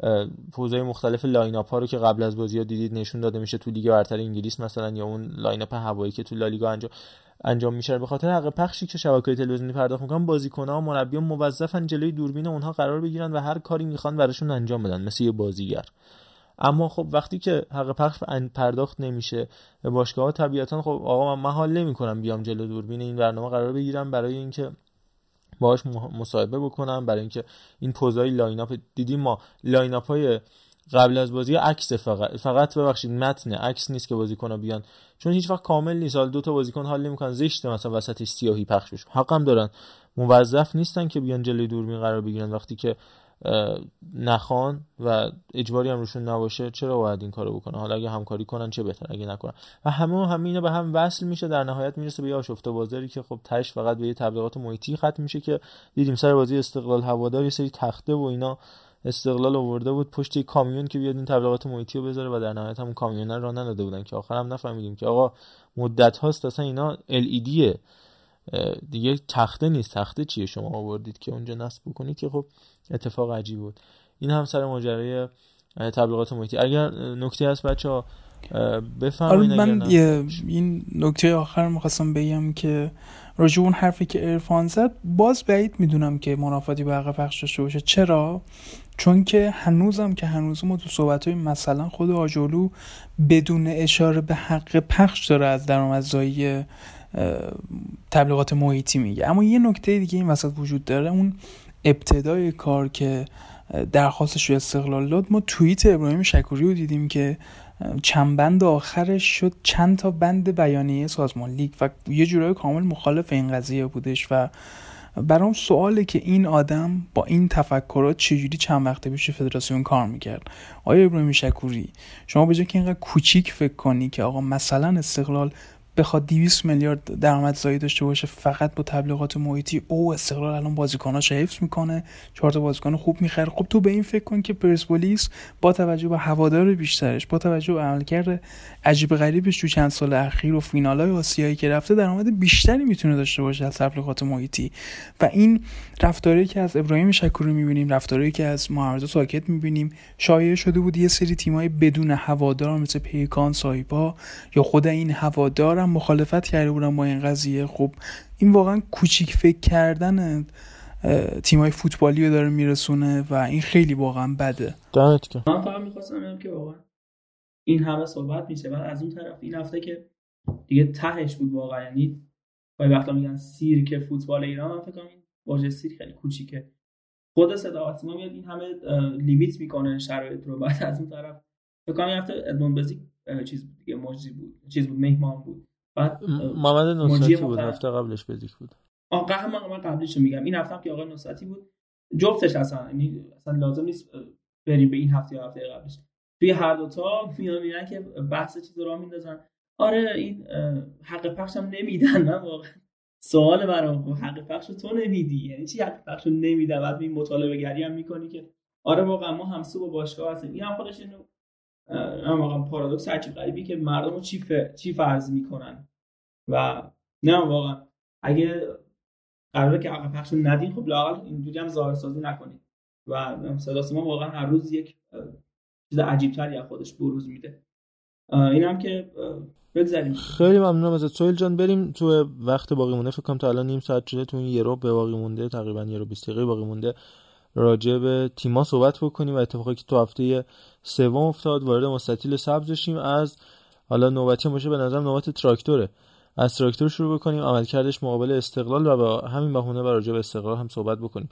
پوزای مختلف لاین اپ ها رو که قبل از بازی‌ها دیدید نشون داده میشه تو لیگ برتر انگلیس مثلا، یا اون لاین اپ هوایی که تو لالیگا انجام میشه. به خاطر حق پخشی که شبکه‌های تلویزیونی پرداخت میکنن بازیکن‌ها و مربیان موظفن جلوی دوربین اونها قرار بگیرن و هر کاری میخوان براشون انجام بدن مثل یه بازیگر. اما خب وقتی که حق پخش پرداخت نمیشه به باشگاه‌ها طبیعتاً خب آقا من حال نمی‌کنم بیام جلوی دوربین این برنامه قرار بگیرم برای اینکه باهاش مصاحبه بکنم، برای اینکه این پوزای لاین اپ دیدیم ما لاین اپ‌های قبل از بازی عکس فقط ببخشید متن عکس نیست که بازیکن‌ها بیان، چون هیچ وقت کامل نیست. حالا 2 تا بازیکن حال نمی‌کنن زشته مثلا وسطش سیاهی پخش بشه، حق هم دارن، موظف نیستن که بیان جلوی دوربین قرار بگیرن وقتی که نخوان و اجباری هم روشون نباشه، چرا باید این کارو بکنه؟ حالا اگه همکاری کنن چه بهتر، اگه نکنن. و همه به هم وصل میشه، در نهایت میرسه به یه آشفته بازاری که خب تاش فقط به یه تبلیغات محیطی ختم میشه که دیدیم سر بازی استقلال هوادار یه سری تخته و اینا استقلال آورده بود پشت کامیون که بیاد این تبلیغات محیطی رو بذاره و در نهایت هم کامیون رو نداده بودن که آخر هم نفهمیدیم که آقا مدت هاست اصلا اینا LED دیگه، تخته نیست. تخته چیه شما آوردید که اونجا نصب بکنید که خب اتفاق عجیب بود. این هم سر ماجرای تبلیغات محیطی. اگر نکته هست بچه‌ها بفهمید. من این نکته آخر می‌خواستم بگم که راجع اون حرفی که عرفان زد باز بعید میدونم که منافاتی به حق پخش داشته باشه. چرا؟ چون که هنوز ما تو صحبت‌های مثلا خود آجرلو بدون اشاره به حق پخش داره از درآمدزایی تبلیغات محیطی میگه. اما یه نکته دیگه این وسط وجود داره، اون ابتدای کار که درخواستش رو استقلال داد، ما توییت ابراهیم شکوری رو دیدیم که چند بند آخرش شد چند تا بند بیانیه سازمان لیگ و یه جورای کامل مخالف این قضیه بودش و برام سواله که این آدم با این تفکرات چجوری چند وقته پیش فدراسیون کار میکرد. آیا ابراهیم شکوری شما به جای که اینقدر کوچیک فکر کنی که آقا مثلا استقلال بخواد 200 میلیارد درآمدزایی داشته باشه فقط با تبلیغات محیطی، او استقلال الان بازیکناشو حفظ میکنه، 4 تا بازیکن خوب میخره، خب تو به این فکر کن که پرسپولیس با توجه به هوادار بیشترش، با توجه به عملکرد عجیب غریبش تو چند سال اخیر و فینالای آسیایی که رفته، درآمد بیشتری میتونه داشته باشه از تبلیغات محیطی. و این رفتاری که از ابراهیم شکوری میبینیم، رفتاری که از محمد ساکت میبینیم، شایعه شده بود یه سری تیمای بدون هوادار مثل پیکان، سایپا یا خود این هوادار مخالفت کرده بودن با این قضیه. خب این واقعا کوچیک فکر کردن تیمای فوتبالی رو داره میرسونه و این خیلی واقعا بده. من فقط میخواستم بگم که واقعا این همه صحبت میشه بعد از اون طرف این هفته که دیگه تهش بود واقعا، یعنی گاهی وقتا میگن سیرک فوتبال ایران، من فکر کنم این واژه سیر خیلی کوچیکه. خود صداقت ما میاد این همه لیمیت میکنه شرایط رو، بعد از اون طرف فکر کنم این هفته ادمون بزیک چیز بود دیگه، موجی بود، چیز بود، مهمان بود. بعد محمد نصرتی بود، هفته قبلش بزیک بود. قهرمان من قبلش میگم، این هفته هم که آقای نصرتی بود، جفتش اصلا یعنی اصلا لازم نیست بریم به این هفته یا هفته قبلش. توی هر دو تا میان که بحث چیز رو میندازن. آره این حق پخش هم نمیدن. من واقعا سوال برام، حق پخش رو تو نمیدی، یعنی چی حق پخش رو نمیدن؟ بعد این مطالبه گری هم میکنی که آره واقعا ما همسو با باشگاه هستیم. این هم خودش اینو واقعا پارادوکس عجیب غریبی که مردم رو چی فرض میکنن. و نه واقعا اگه قراره که حق پخش رو ندین، خب لااقل اینجوری هم ظاهر سازی نکنید. و صدا سیما واقعا هر روز یک چیز عجیب تری از خودش بروز میده. اینم که بگذاریم. خیلی ممنونم ازت سهیل جان. بریم تو وقت باقی مونده، فکر کنم تا الان نیم ساعت شده، تو این یه رو به باقی مونده، تقریبا یه رو 20 دقیقه باقی مونده، راجع به تیم‌ها صحبت بکنیم و اتفاقی که تو هفته سوم افتاد. وارد مستطیل سبز شیم. از حالا نوبتی باشه به نظرم نوبت تراکتوره. از تراکتور شروع بکنیم، عملکردش مقابل استقلال و با همین بهونه راجع به استقلال هم صحبت بکنیم.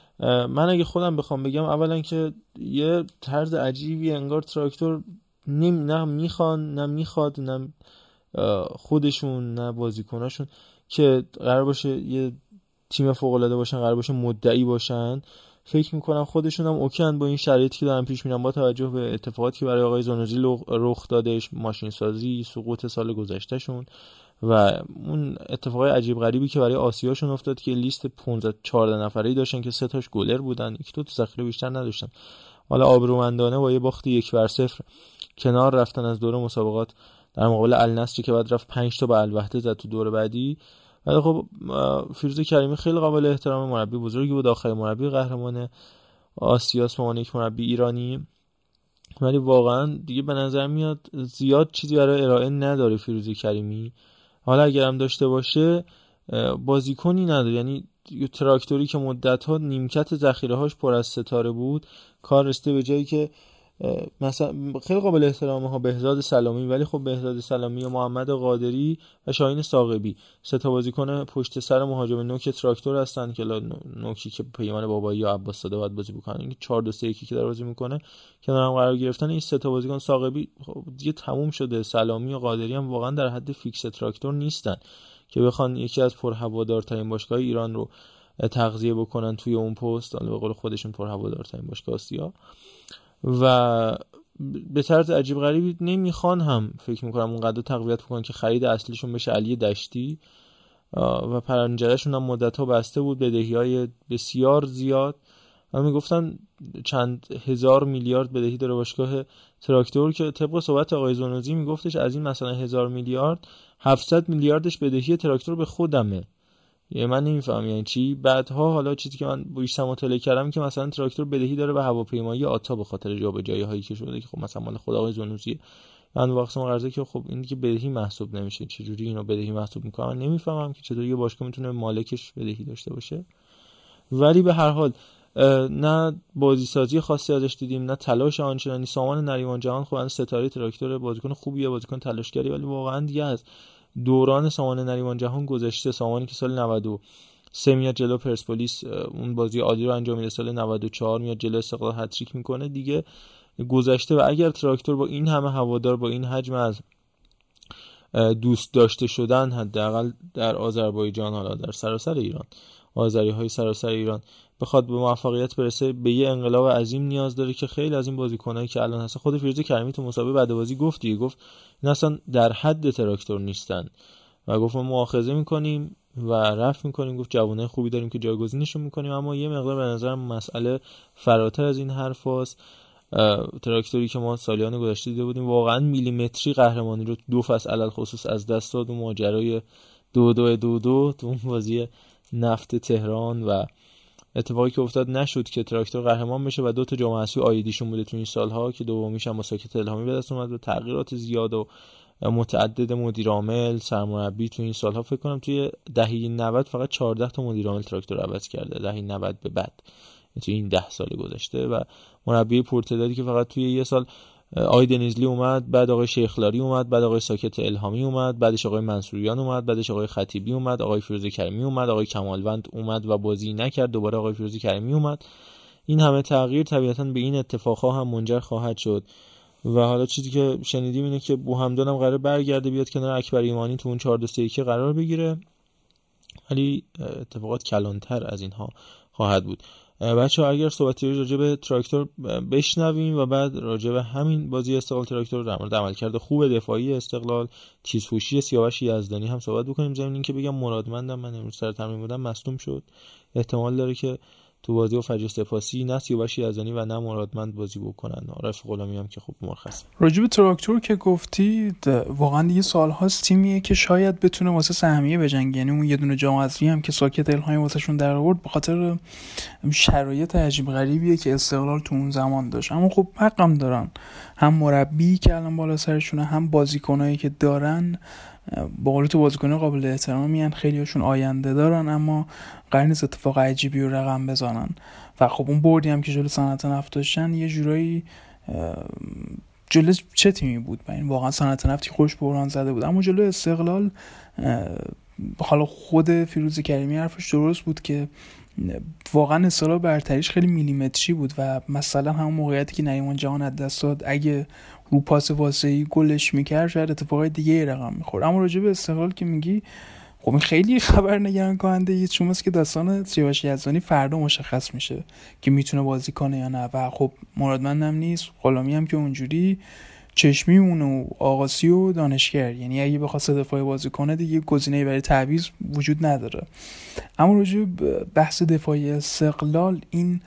من اگه خودم بخوام بگم، اولا که یه طرز عجیبی انگار تراکتور نه میخوان نه میخواد، نه خودشون نه بازیکناشون که قرار باشه یه تیم فوق العاده باشن، قرار باشه مدعی باشن. فکر میکنم خودشون هم اوکیان با این شرایطی که دارن پیش میرن، با توجه به اتفاقاتی که برای آقای زانوزی رخ دادش، ماشین سازی، سقوط سال گذشتهشون و اون اتفاقای عجیب غریبی که برای آسیاشون افتاد که لیست 15-14 نفره‌ای داشتن که 3 تاش گلر بودن، 1-2 تا ذخیره بیشتر نداشتن. حالا آبرومندانه با یه باخت 1-0 کنار رفتن از دور مسابقات در مقابل النصری که بعد رفت 5 تا به الوحده زد تو دور بعدی. ولی خب فیروز کریمی خیلی قابل احترام، مربی بزرگی بود، آخرین مربی قهرمان آسیاس به عنوان یک مربی ایرانی. ولی واقعا دیگه به نظر میاد زیاد چیزی برای ارائه نداره فیروز کریمی. حالا اگر هم داشته باشه بازیکنی نداره، یعنی یه تراکتوری که مدت‌ها نیمکت ذخیره‌هاش پر از ستاره بود، کار رسیده به جایی که مثلا خیلی قابل احترامه ها بهزاد سلامی، ولی خب بهزاد سلامی و محمد قادری و شاهین ساقبی 3 تا بازیکن پشت سر مهاجم نوک تراکتور هستن که نوکی که پیمان بابایی یا عباس زاده باید بازی بکنن. این 4-2-3-1 که داره بازی میکنه کنار هم قرار گرفتن این 3 تا بازیکن ساقبی خب دیگه تموم شده. سلامی و قادری هم واقعا در حد فیکس تراکتور نیستن که بخوان یکی از پرهوادارترین باشگاه ایران رو تغذیه بکنن توی اون پست، حالا به قول خودشون پر هوادارترین باشگاه آسیا، و به طرز عجیب غریبی نمیخوان هم فکر میکنم اونقدر تقویت بکنن که خرید اصلیشون بشه علی دشتی و پنجرهشون هم مدت‌ها بسته بود، بدهی‌های بسیار زیاد. من میگفتن چند هزار میلیارد بدهی داره باشگاه تراکتور که طبق صحبت آقای زنوزی میگفتش از این مثلا 1000 میلیارد 700 میلیاردش بدهی تراکتور به خودمه. یعنی من نمیفهم یعنی چی. بعدها حالا چیزی که من بیشتر مطالعه کردم که مثلا تراکتور بدهی داره به هواپیمایی آتا به خاطر جابجایی‌هایی که شده که خب مثلا مال خود آقای زنوزی. من واقعا قرضه که خب این دیگه بدهی محسوب نمیشه، چه جوری اینو بدهی محسوب میکنن من نمیفهمم که چطور یه باشگاه میتونه مالکش بدهی داشته باشه. ولی به هر حال نه بازیسازی خاصی ازش دیدیم، نه تلاش آنچنانی. سامان نریمان جهان خب اون ستاره تراکتور بازیکن خوبیه، بازیکن تلاشگری، ولی واقعا دیگه از دوران سامان نریمان جهان گذشته. سامانی که سال 93 میاد جلو پرسپولیس اون بازی عالی رو انجام میده، سال 94 میاد جلو استقلال هتریک میکنه، دیگه گذشته. و اگر تراکتور با این همه هوادار، با این حجم از دوست داشته شدن حداقل در آذربایجان، حالا در سراسر ایران، آذری‌های سراسر ایران بخواد به موفقیت برسه، به یه انقلاب عظیم نیاز داره که خیلی از این بازیکنایی که الان هست، خود فیروز کریمی تو مسابقه بعد بازی گفت این اصلا در حد تراکتور نیستن و گفت ما مؤاخذه میکنیم و رفع میکنیم، گفت جوانای خوبی داریم که جایگزینشون میکنیم، اما یه مقدار به نظرم مسئله فراتر از این حرفاست. تراکتوری که ما سالیان گذشته دیده بودیم واقعا میلیمتری قهرمانی رو 2 فصل علل خصوص از دست داد، اون ماجرای 2-2 تو اون بازی نفت تهران و اتفاقی که افتاد نشد که تراکتور قهرمان بشه و 2 تا جام حذفی آیدیشون بوده تو این سالها که دومیش هم با ساکت الهامی به دست اومد و تغییرات زیاد و متعدد مدیر عامل سرمربی تو این سالها. فکر کنم توی دهه 90 فقط 14 تا مدیر عامل تراکتور عوض کرده، دهه 90 به بعد تو این 10 سال گذشته، و مربی پرتدادی که فقط توی یه سال آقای دنیزلی اومد، بعد آقای شیخلاری اومد، بعد آقای ساکت الهامی اومد، بعدش آقای منصوریان اومد، بعدش آقای خطیبی اومد، آقای فیروز کریمی اومد، آقای کمالوند اومد و بازی نکرد، دوباره آقای فیروز کریمی اومد. این همه تغییر طبیعتاً به این اتفاقها هم منجر خواهد شد. و حالا چیزی که شنیدیم اینه که بوحمدان هم قراره برگرده بیاد کنار اکبر ایمانی تو اون 4-2-3-1 قرار بگیره، ولی اتفاقات کلانتر از اینها خواهد بود. بچه‌ها اگر صحبتی راجع به تراکتور بشنویم و بعد راجع به همین بازی استقلال تراکتور در مورد عملکرد خوب دفاعی استقلال، تیزهوشی سیاوش یزدانی هم صحبت بکنیم. ضمن اینکه بگم مرادمندم، من امروز سر تمرین بودم مصدوم شد، احتمال داره که تو بازی با فجر سپاسی نه سیاوش یزدانی و نه مرادمند بازی بکنن. رفیق غلامی هم که خوب مرخص. راجع به تراکتور که گفتی، واقعا دیگه سال‌هاست تیمیه که شاید بتونه واسه سهمیه بجنگه. یعنی اون یه دونه جام حذفی هم که ساکت الهامی واسهشون در آورد به خاطر شرایط عجیب غریبیه که استقلال تو اون زمان داشت. اما خب حقم دارن، هم مربی که الان بالا سرشونه، هم بازیکنایی که دارن. با قول تو بازیکن قابل احترامی ان، خیلی هاشون آینده دارن، اما قرار نیست اتفاق عجیبی رو رقم بزنن. و خب اون بردی هم که جلو صنعت نفت داشتن یه جورایی جلو چه تیمی بود؟ این واقعا صنعت نفتی خوش بحران زده بود، اما جلو استقلال حالا خود فیروز کریمی حرفش درست بود که واقعا استقلال برتریش خیلی میلیمتری بود و مثلا همون موقعیتی که نریمان جهان از دست داد اگه رو پاس واسه‌ای گلش میکرد شاید اتفاقای دیگه رقم میخورد. اما راجع به استقلال که میگی، خب این خیلی خبر نگران کننده ایه، چون که داستان سیاوش یزدانی فردا مشخص میشه که میتونه بازی کنه یا نه. و خب مرادمندم نیست، غلامی هم که اونجوری چشمی و آقاسی و دانشگر، یعنی اگه بخواد دفاعی بازی کنه دیگه گزینه‌ای برای تعویض وجود نداره. اما راجع به بحث دفاعی استقلال، این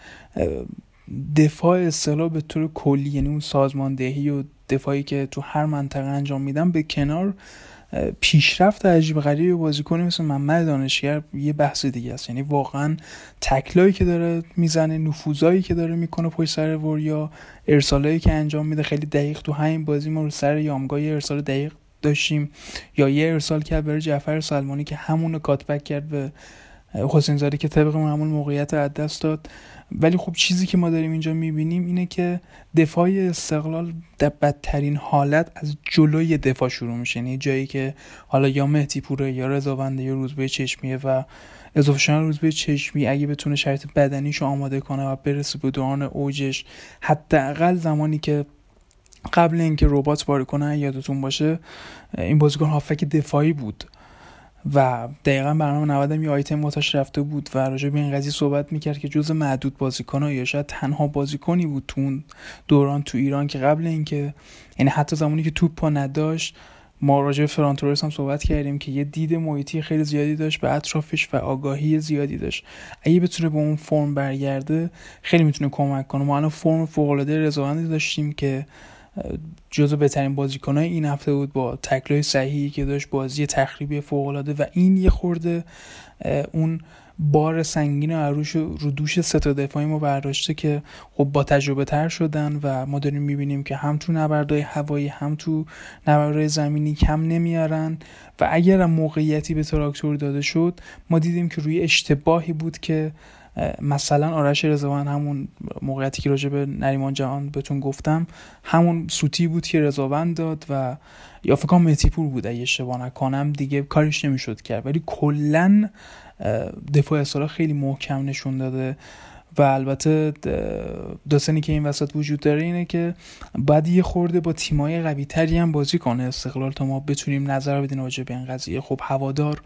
دفاع استقلال به طور کلی، یعنی اون سازماندهی و دفاعی که تو هر منطقه انجام میدن، به کنار پیشرفت عجیب غریبی بازیکن مثل محمد دانشگر یه بحث دیگه است. یعنی واقعا تکلایی که داره میزنه، نفوذایی که داره میکنه پشت سر وریا، ارسالایی که انجام میده خیلی دقیق. تو همین بازی ما رو سر یامگاه یه ارسال دقیق داشتیم، یا یه ارسال کرد برای جعفر سلمانی که همون کاتبک کرد به حسین زاده که طبق همون موقعیت از دست داد. ولی خب چیزی که ما داریم اینجا میبینیم اینه که دفاع استقلال در بدترین حالت از جلوی دفاع شروع میشه، یعنی جایی که حالا یا مهدی پوره یا رضاونده یا روزبه چشمیه و اضافه شدن روزبه چشمی اگه بتونه شرایط بدنیشو آماده کنه و برسه به دوران اوجش، حداقل زمانی که قبل اینکه ربات بازی کنه، یادتون باشه این بازیکن هافک دفاعی بود و دقیقاً برنامه 90 یه آیتم واسش رفته بود و راجع به این قضیه صحبت میکرد که جز معدود بازیکن‌ها یا شاید تنها بازیکنی بود تو اون دوران تو ایران که قبل اینکه، یعنی حتی زمانی که توپ پا نداشت، ما راجع به فران تورس هم صحبت کردیم که یه دید محیطی خیلی زیادی داشت به اطرافش و آگاهی زیادی داشت. اگه بتونه به اون فرم برگرده خیلی میتونه کمک کنه. ما الان فرم فوق‌العاده رضاوندی داشتیم که جزو بهترین بازیکن‌های این هفته بود با تکل‌های صحیحی که داشت، بازی تخریبی فوق‌العاده و این یه خورده اون بار سنگین رو دوش سه تا دفاعی ما برداشته که خب با تجربه تر شدن و ما داریم میبینیم که هم تو نبردهای هوایی هم تو نبردهای زمینی کم نمیارن و اگر موقعیتی به تراکتور داده شد ما دیدیم که روی اشتباهی بود که مثلا آرش رضوان همون موقعیتی که راجع به نریمان جهان بهتون گفتم همون سوتی بود که رضوان داد و یا فکر کنم مهدی پور بود اگه اشتباه نکنم، دیگه کارش نمیشد کرد. ولی کلا دفاع استقلال خیلی محکم نشون داده و البته داستانی که این وسط وجود داره اینه که بعد یه خورده با تیمای قوی تری هم بازی کنه استقلال تا ما بتونیم نظر بدیم راجع به این قضیه. خب هوادار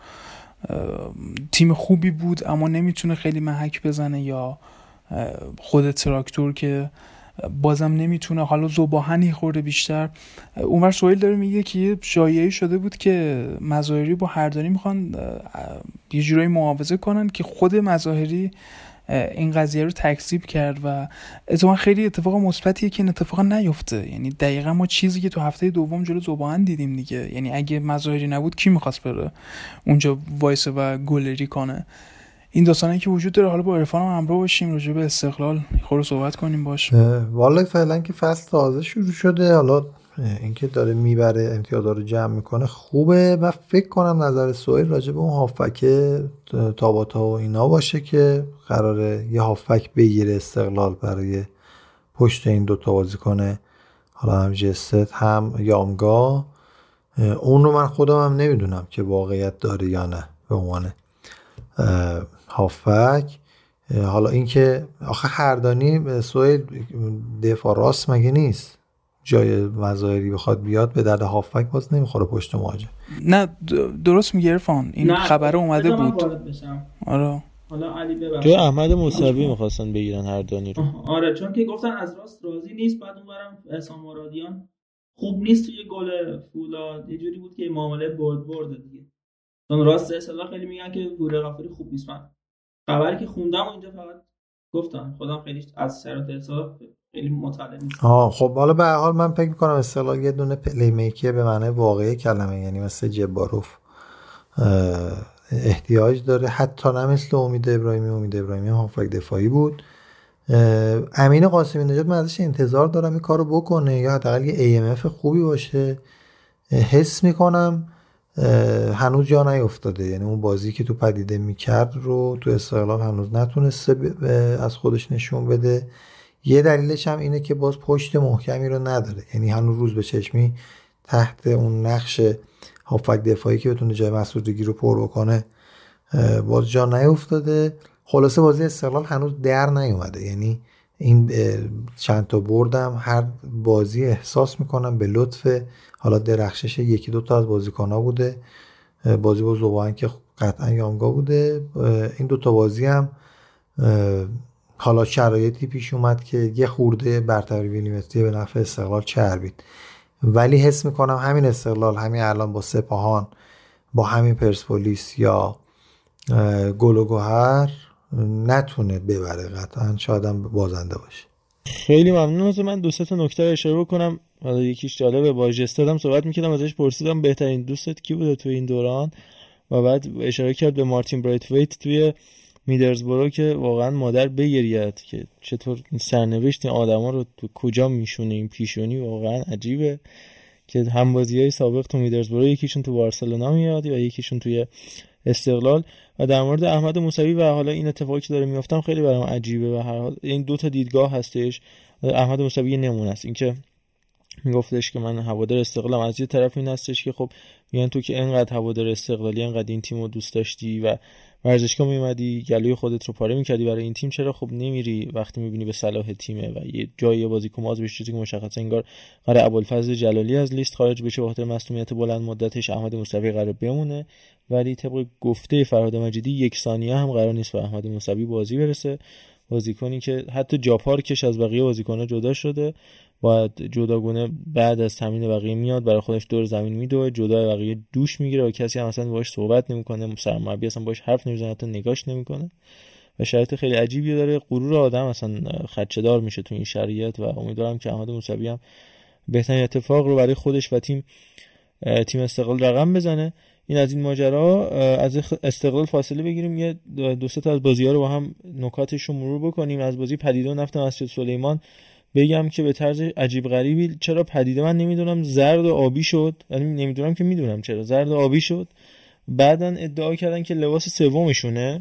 تیم خوبی بود اما نمیتونه خیلی محک بزنه، یا خود تراکتور که بازم نمیتونه، حالا ذوباهنی خورده بیشتر. اونور سویل داره میگه که یه شایعه شده بود که مظاهری با هردانی میخوان یه جورایی معاوضه کنن که خود مظاهری این قضیه رو تکذیب کرد و اتفاقا خیلی اتفاق مثبتیه که این اتفاق نیفته. یعنی دقیقاً ما چیزی که تو هفته دوم جلو ذوباهن دیدیم دیگه، یعنی اگه مظاهری نبود کی می‌خواست بره اونجا وایسه و گلری کنه؟ این داستانی که وجود داره. حالا با عرفان هم همراه باشیم راجع به استقلال خورو صحبت کنیم باش. والا فعلا که فصل تازه شروع شده، حالا اینکه داره میبره امتیازا رو جمع میکنه خوبه. من فکر کنم نظر سویل راجع به اون هافک تاباتا و اینا باشه که قراره یه هافک بگیره استقلال برای پشت این دوتا بازیکن، حالا هم جست هم یامگا. اون رو من خودم هم نمیدونم که واقعیت داره یا نه به عنوان هافک. حالا اینکه آخه هردانی سویل دفاع راست مگه نیست؟ جای مظاهری بخواد بیاد به درد هافک باز نمیخوره پشت مهاجم. نه درست میگه عرفان، این خبر اومده بود. آره حالا علی ببخشید جای احمد موسوی میخواستن بگیرن هردانی رو. آره چون که گفتن از راست راضی نیست، بعد اونورم احسان مرادیان خوب نیست توی گل فولاد، یه جوری بود که معامله برد دیگه. چون راست اصلا خیلی میگن که گوره غفاری خوب نیست. من خبری که خوندم اونجا فقط گفتم، خودم خیلی از شرایط اصلا خیلی مطلع نیستم. خب حالا به هر حال من فکر می‌کنم استقلال یه دونه پلی میکر به معنی واقعی کلمه، یعنی مثل جباروف احتیاج داره، حتی نه مثل امید ابراهیمی هافک دفاعی بود. امین قاسمی نژاد من ازش انتظار دارم این کارو بکنه یا حداقل یه AMF خوبی باشه. حس میکنم هنوز جا نیفتاده، یعنی اون بازی که تو پدیده میکرد رو تو استقلال هنوز نتونسته از خودش نشون بده. یه دلیلش هم اینه که باز پشت محکمی رو نداره، یعنی هنوز روز به چشمی تحت اون نقش هافک دفاعی که بتونه جای مسعودی رو پر بکنه باز جا نیفتاده. خلاصه بازی استقلال هنوز در نیومده، یعنی این چند تا بردم هر بازی احساس میکنم به لطف حالا درخشش یکی دو تا از بازیکن‌ها بوده. بازی با ذوباهن که قطعا یامگا بوده. این دو تا بازی هم حالا شرایطی پیش اومد که یه خورده برتری میلیمتری به نفع استقلال چربید، ولی حس میکنم همین استقلال همین الان با سپاهان، با همین پرسپولیس یا گل و گوهر نتونه ببره، قطعا شاید هم بازنده باشه. خیلی ممنون. من دو سه تا نکته اشاره بکنم. حالا یکیش جالبه، با جستادم صحبت می‌کردم ازش پرسیدم بهترین دوستت کی بوده تو این دوران و بعد اشاره کرد به مارتین برایتویت توی میدلزبرو که واقعا مادر بگرید که چطور این سرنوشت این آدما رو تو کجا میشونه این پیشونی. واقعا عجیبه که هم بازیای سابق تو میدلزبرو یکیشون تو بارسلونا میاد و یکیشون توی استقلال. و در مورد احمد موسوی و حالا این اتفاقی که داره میافتم خیلی برام عجیبه و هر حال این دو تا دیدگاه هستش. احمد موسوی یه نمونه است، اینکه میگفتش که من هوادار استقلالم، از یه طرف این هستش که خب میگن تو که اینقدر هوادار استقلالی، اینقدر این تیمو دوست داشتی و ورزشگاه میومدی گلوی خودت رو پاره میکردی برای این تیم، چرا خب نمیری وقتی میبینی به صلاح تیمه و یه جای بازیکن ماز بشه که مشخصا انگار قرار ابوالفضل جلالی از لیست خارج بشه به خاطر مصونیت بلند مدتش، احمد موسوی قرار بمونه، ولی طبق گفته فرهاد مجیدی 1 ثانیه هم قرار نیست به احمد موسوی بازی برسه، بازیکنی که حتی جاپارکش از بقیه بازیکن‌ها جدا شده، باید جداگونه بعد از تمرین بقیه میاد برای خودش دور زمین میدوه، جدا بقیه دوش میگیره و کسی هم اصلا باهاش صحبت نمیکنه، سرمربی اصلا باهاش حرف نمیزنه، حتی نگاش نمیکنه و شرایط خیلی عجیبی داره. غرور آدم اصلا خدشه‌دار میشه تو این شرایط و امیدوارم که احمد موسوی هم بهترین اتفاق رو برای خودش و تیم استقلال رقم بزنه. این از این ماجرا. از استقلال فاصله بگیریم، یه دو سه تا از بازی‌ها رو با هم نکاتش رو مرور بکنیم. از بازی پدیده و نفت مسجد سلیمان بگم که به طرز عجیب غریبی چرا پدیده من نمیدونم زرد و آبی شد، یعنی نمیدونم که میدونم چرا زرد و آبی شد، بعدن ادعا کردن که لباس سومشونه،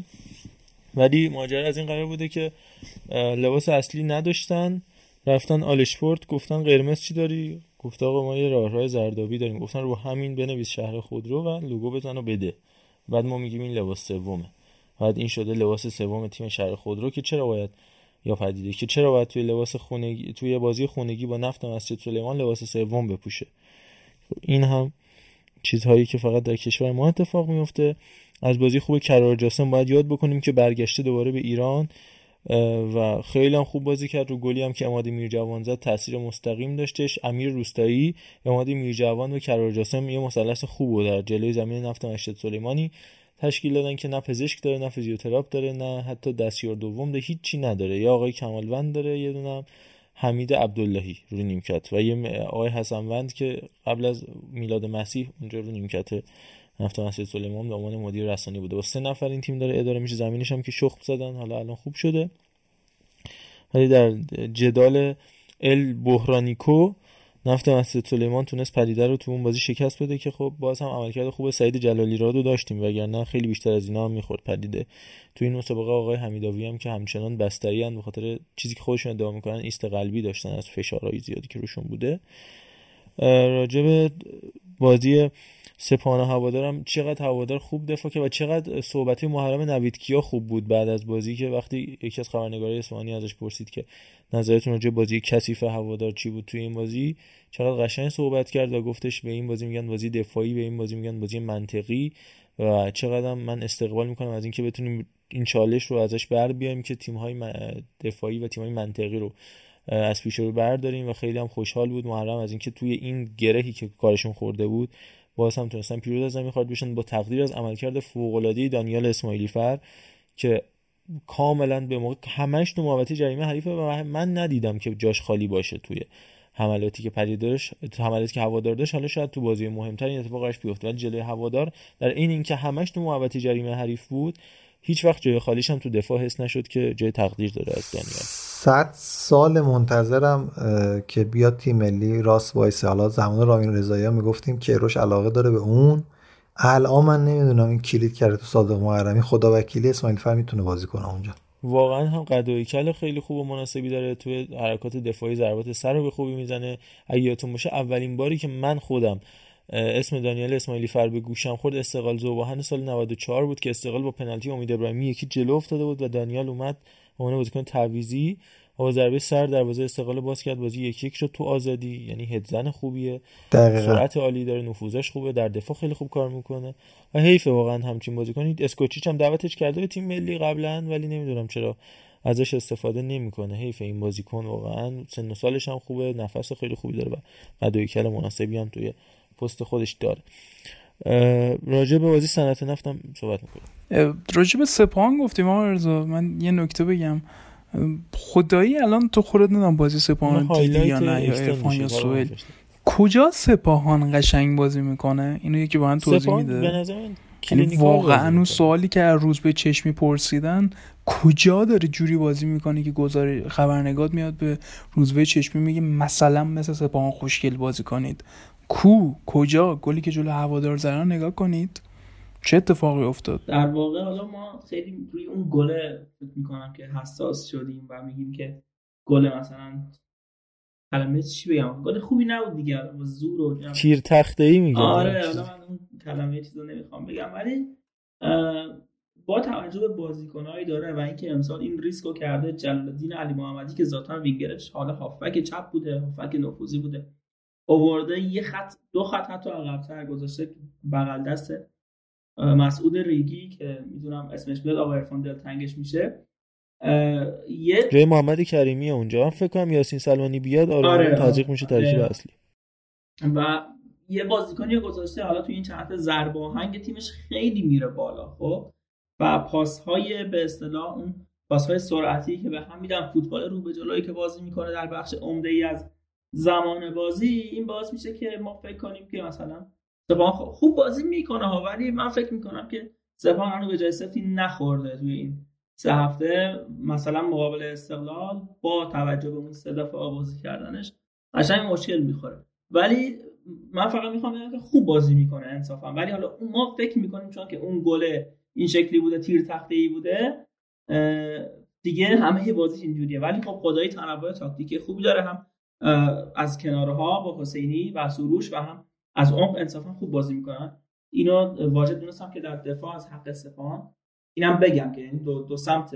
ولی ماجرا از این قرار بوده که لباس اصلی نداشتن، رفتن آلشپورت گفتن قرمز چی داری؟ گفت آقا ما یه راه زردآبی داریم. گفتن رو همین بنویس شهر خودرو و لوگو بزن و بده، بعد ما میگیم این لباس سومه، بعد این شده لباس سوم تیم شهر خودرو که چرا باید یا پدیده که چرا باید توی لباس خونگی توی بازی خونگی با نفت مسجد سلیمان لباس سوم بپوشه. این هم چیزهایی که فقط در کشور ما اتفاق میفته. از بازی خوب کرار جاسم باید یاد بکنیم که برگشته دوباره به ایران و خیلی هم خوب بازی کرد. رو گلی هم که عماد میرجوان زد تاثیر مستقیم داشتش. امیر روستایی، عماد میرجوان و کرار جاسم یه مثلث خوب بود در جلوی زمین نفت مسجد سلیمانی تشکیل دادن که نه پزشک داره، نه فیزیوتراپ داره، نه حتی دستیار دوم داره، هیچی نداره. یا آقای کمالوند داره، یه دونه حمید عبداللهی رو نیمکت و یه آقای حسنوند که قبل از میلاد مسیح اونجا رو نیمکت نفت مسجد سلیمان به عنوان مدیر رسانه‌ای بوده. با 3 نفر این تیم داره اداره میشه. زمینش هم که شخم زدن، حالا الان خوب شده. ولی در جدال ال بحرانیکو نفت مسجد سلیمان تونست پدیده رو تو اون بازی شکست بده که خب باز هم عملکرد خوب سعید جلالی رادو داشتیم، وگرنه خیلی بیشتر از اینا هم میخورد پدیده. تو این مسابقه آقای حمیداوی هم که همچنان بستری ان به خاطر چیزی که خودشون ادعا میکنن ایست قلبی داشتن از فشارهای زیادی که روشون بوده. راجع به بازی سپاهان هوادارم چقدر هوادار خوب دفاع کرد و چقدر صحبتی محرم نویدکیا خوب بود بعد از بازی که وقتی یکی از خبرنگارای اصفهانی ازش پرسید که نظرتون راجع به بازی کثیف هوادار چی بود توی این بازی، چقدر قشنگ صحبت کرد و گفتش به این بازی میگن بازی دفاعی، به این بازی میگن بازی منطقی و چقدر من استقبال میکنم از اینکه بتونیم این چالش رو ازش بر بیایم که تیم‌های دفاعی و تیم‌های منطقی رو از پیش رو برداریم و خیلی هم خوشحال بود محرم از اینکه توی این گرهی که کارشون خورده بود باز هم تونستن پیروز از زمین خارج بشن با تقدیر از عملکرد فوق‌العاده دانیال اسماعیلی فر که کاملا به موقع همش تو محوطه جریمه حریفه و من ندیدم که جاش خالی باشه توی حملاتی که پدیده داشت، حملاتی که هوادار داشت. حالا شاید تو بازی مهمتر این اتفاق براش بیفته، ولی جلوی هوادار در این اینکه همش تو محوطه جریمه حریف بود هیچ وقت جای خالیش هم تو دفاع حس نشد که جای تقدیر داره از دانیال. 100 سال منتظرم که بیاد تیم ملی راست وایسه. حالا زمان رامین رضایی ها میگفتیم که کیروش علاقه داره به اون، الان من نمیدونم این کلید کرده تو صادق محرمی، خدا وکیلی اسماعیل فر میتونه بازی کنه اونجا. واقعا هم قد و هیکل خیلی خوب و مناسبی داره، توی حرکات دفاعی ضربات سر رو به خوبی میزنه. اگه یادتون باشه اولین باری که من خودم اسم دانیال اسماعیلی فر به گوشم خورد استقلال ذوباهن سال 94 بود که استقلال با پنالتی امید ابراهیمی یکی جلو افتاده بود و دانیال اومد اون بازیکن تعویضی با ضربه سر دروازه استقلال باز کرد، بازی 1-1 شد تو آزادی. یعنی هدزن خوبیه، سرعت عالی داره، نفوذش خوبه، در دفاع خیلی خوب کار میکنه و حیفه واقعا همچین بازیکنی. اسکوچیچ هم دعوتش کرده به تیم ملی قبلا ولی نمیدونم چرا ازش استفاده نمیکنه. حیف این بازیکن واقعا، سن و سالش هم خوبه، نفس خیلی خوبی داره و قد و هیکل مناسبی هم توی پست خودش داره. راجع به بازی صنعت نفتم صحبت میکنم. راجع به سپاهان گفتیم آقا رضا، من یه نکته بگم. خدایی الان تو خودت ندام بازی سپاهان دیدی یا نه، یا عرفان یا سهیل، کجا سپاهان قشنگ بازی میکنه؟ اینو یکی با هم توضیح میده. به نظر من یعنی واقعا اون سوالی که هر روز به چشمی پرسیدن کجا داره جوری بازی میکنه که خبرنگار میاد به روزبه چشمی میگه مثلا مثل سپاهان خوشگل بازی کنید. کجا گلی که جلو هوادار زدن نگاه کنید چه اتفاقی افتاد. در واقع حالا ما خیلی روی اون گل فکر میکنم که حساس شدیم و میگیم که گل مثلا کلمه چی بگم، گل خوبی نبود دیگه، با زور و تیر تخته‌ای میگم. آره حالا من اون کلمه چیزو نمیخوام بگم، ولی با توجه به بازیکنایی داره و اینکه امسال این ریسکو کرده، جلال‌الدین علی محمدی که ذاتاً وینگرش حالا هافبک چپ بوده، هافبک نفوذی بوده، آورده یه خط دو خط حتی عقب‌تر گذاشته بغل دست مسعود ریگی که میدونم اسمش بیاد آقا عرفان دلتنگش میشه، یه جای محمد کریمی اونجا. من فکر کنم یاسین سلمانی بیاد آره تاجیک میشه ترکیب اصلی. و یه بازیکنی گذاشته حالا تو این چند تا ضربه آهنگ تیمش خیلی میره بالا، خب و پاس‌های به اصطلاح اون پاس‌های سرعتی که به هم میدن، فوتبال رو به جلویی که بازی میکنه در بخش عمده‌ای از زمان بازی، این باعث میشه که ما فکر کنیم که مثلا سپاهان خوب بازی میکنه ها، ولی من فکر میکنم که سپاهان هنوز به جای سفتی نخورده توی این 3 هفته. مثلا مقابل استقلال با توجه به اون 3 دفعه بازی کردنش قشنگ مشکل میخوره، ولی من فقط میخوام بگم که خوب بازی میکنه انصافا. ولی حالا ما فکر میکنیم چون که اون گل این شکلی بوده، تیر تخته‌ای بوده، دیگه همه بازیش اینجوریه. ولی خب خدایی تنوع تاکتیکی خوبی داره، هم از کنارها با حسینی و سروش و هم از عمق انصافا خوب بازی میکنن. اینو واجب دونستم که در دفاع از حق سپاهان اینم بگم که این دو سمت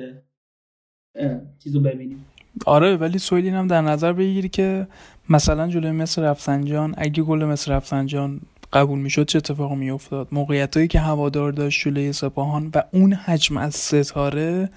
چیزو ببینیم. آره ولی سویلین هم در نظر بگیری که مثلا جلوی مصر رفسنجان اگه گل مصر رفسنجان قبول میشد چه اتفاقی میافتاد؟ موقعیتایی که هوادار داشت جلوی سپاهان و اون حجم از ستاره،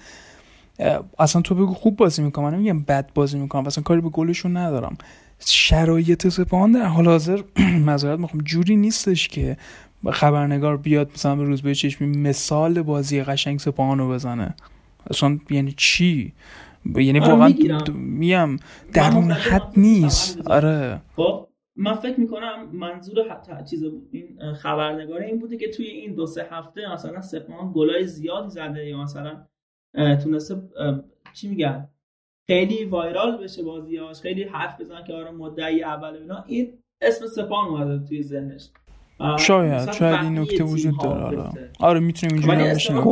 اصلا تو بگو خوب بازی میکنم، من نمیگم بد بازی میکنم، اصلا کاری به گلشون ندارم. شرایط سپاهان در حال حاضر معذرت میخوام جوری نیستش که خبرنگار بیاد مثلا به روز به چشمی مثال بازی قشنگ سپاهان رو بزنه. اصلا یعنی چی؟ یعنی واقعا میم در اون حد نیست. آره خب من فکر میکنم منظور حتی چیز این خبرنگاره این بوده که توی این 2-3 هفته مثلا سپاهان گلای زیادی زده یا مثلا تونسته چی میگن خیلی وایرال بشه بازیاش، خیلی حرف بزنن که آره مدعی اول اینا، این اسم سپاهان اومده توی ذهنش. شاید این نکته وجود داره. آره میتونیم اینجوری بشیم.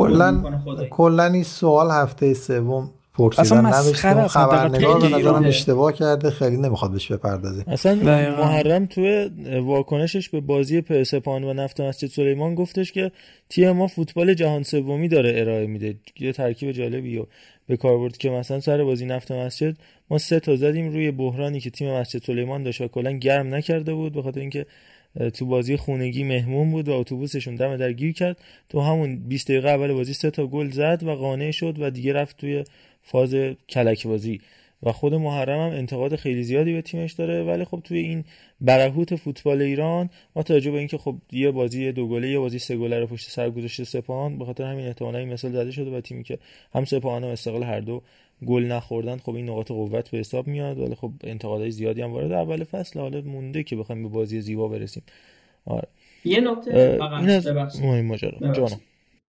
کلا این سوال هفته سوم پرسیدن نوشتم، خبرنگار به نظرم اشتباه کرده، خیلی نمیخواد بهش بپردازه. اصلا محرم تو واکنشش به بازی سپاهان و نفت مسجد سلیمان گفتش که تیم ما فوتبال جهان سومی داره ارائه میده. یه ترکیب جالبیو به کار برد که مثلا سر بازی نفت مسجد ما 3 تا زدیم روی بحرانی که تیم مسجد سلیمان داشت و کلا گرم نکرده بود، به خاطر اینکه تو بازی خونگی مهمون بود و اتوبوسشون دم در گیر کرد. تو همون 20 دقیقه اول بازی 3 تا گل زد و قانع شد و دیگه رفت توی فاز کلک بازی. و خود محرم هم انتقاد خیلی زیادی به تیمش داره، ولی خب توی این برهوت فوتبال ایران با توجه به اینکه خب یه بازی 2 گله یه بازی 3 گله رو پشت سر گذاشته سپاهان، به خاطر همین احتمالاً این مثال زده شده و تیمی که هم سپاهان و استقلال هر دو گل نخوردن خب این نقاط قوت به حساب میاد. ولی خب انتقادهای زیادی هم وارد اول فصل حالا مونده که بخوایم به بازی زیبا برسیم. آره یه نکته فقط ببخشید مهم ماجرا جانم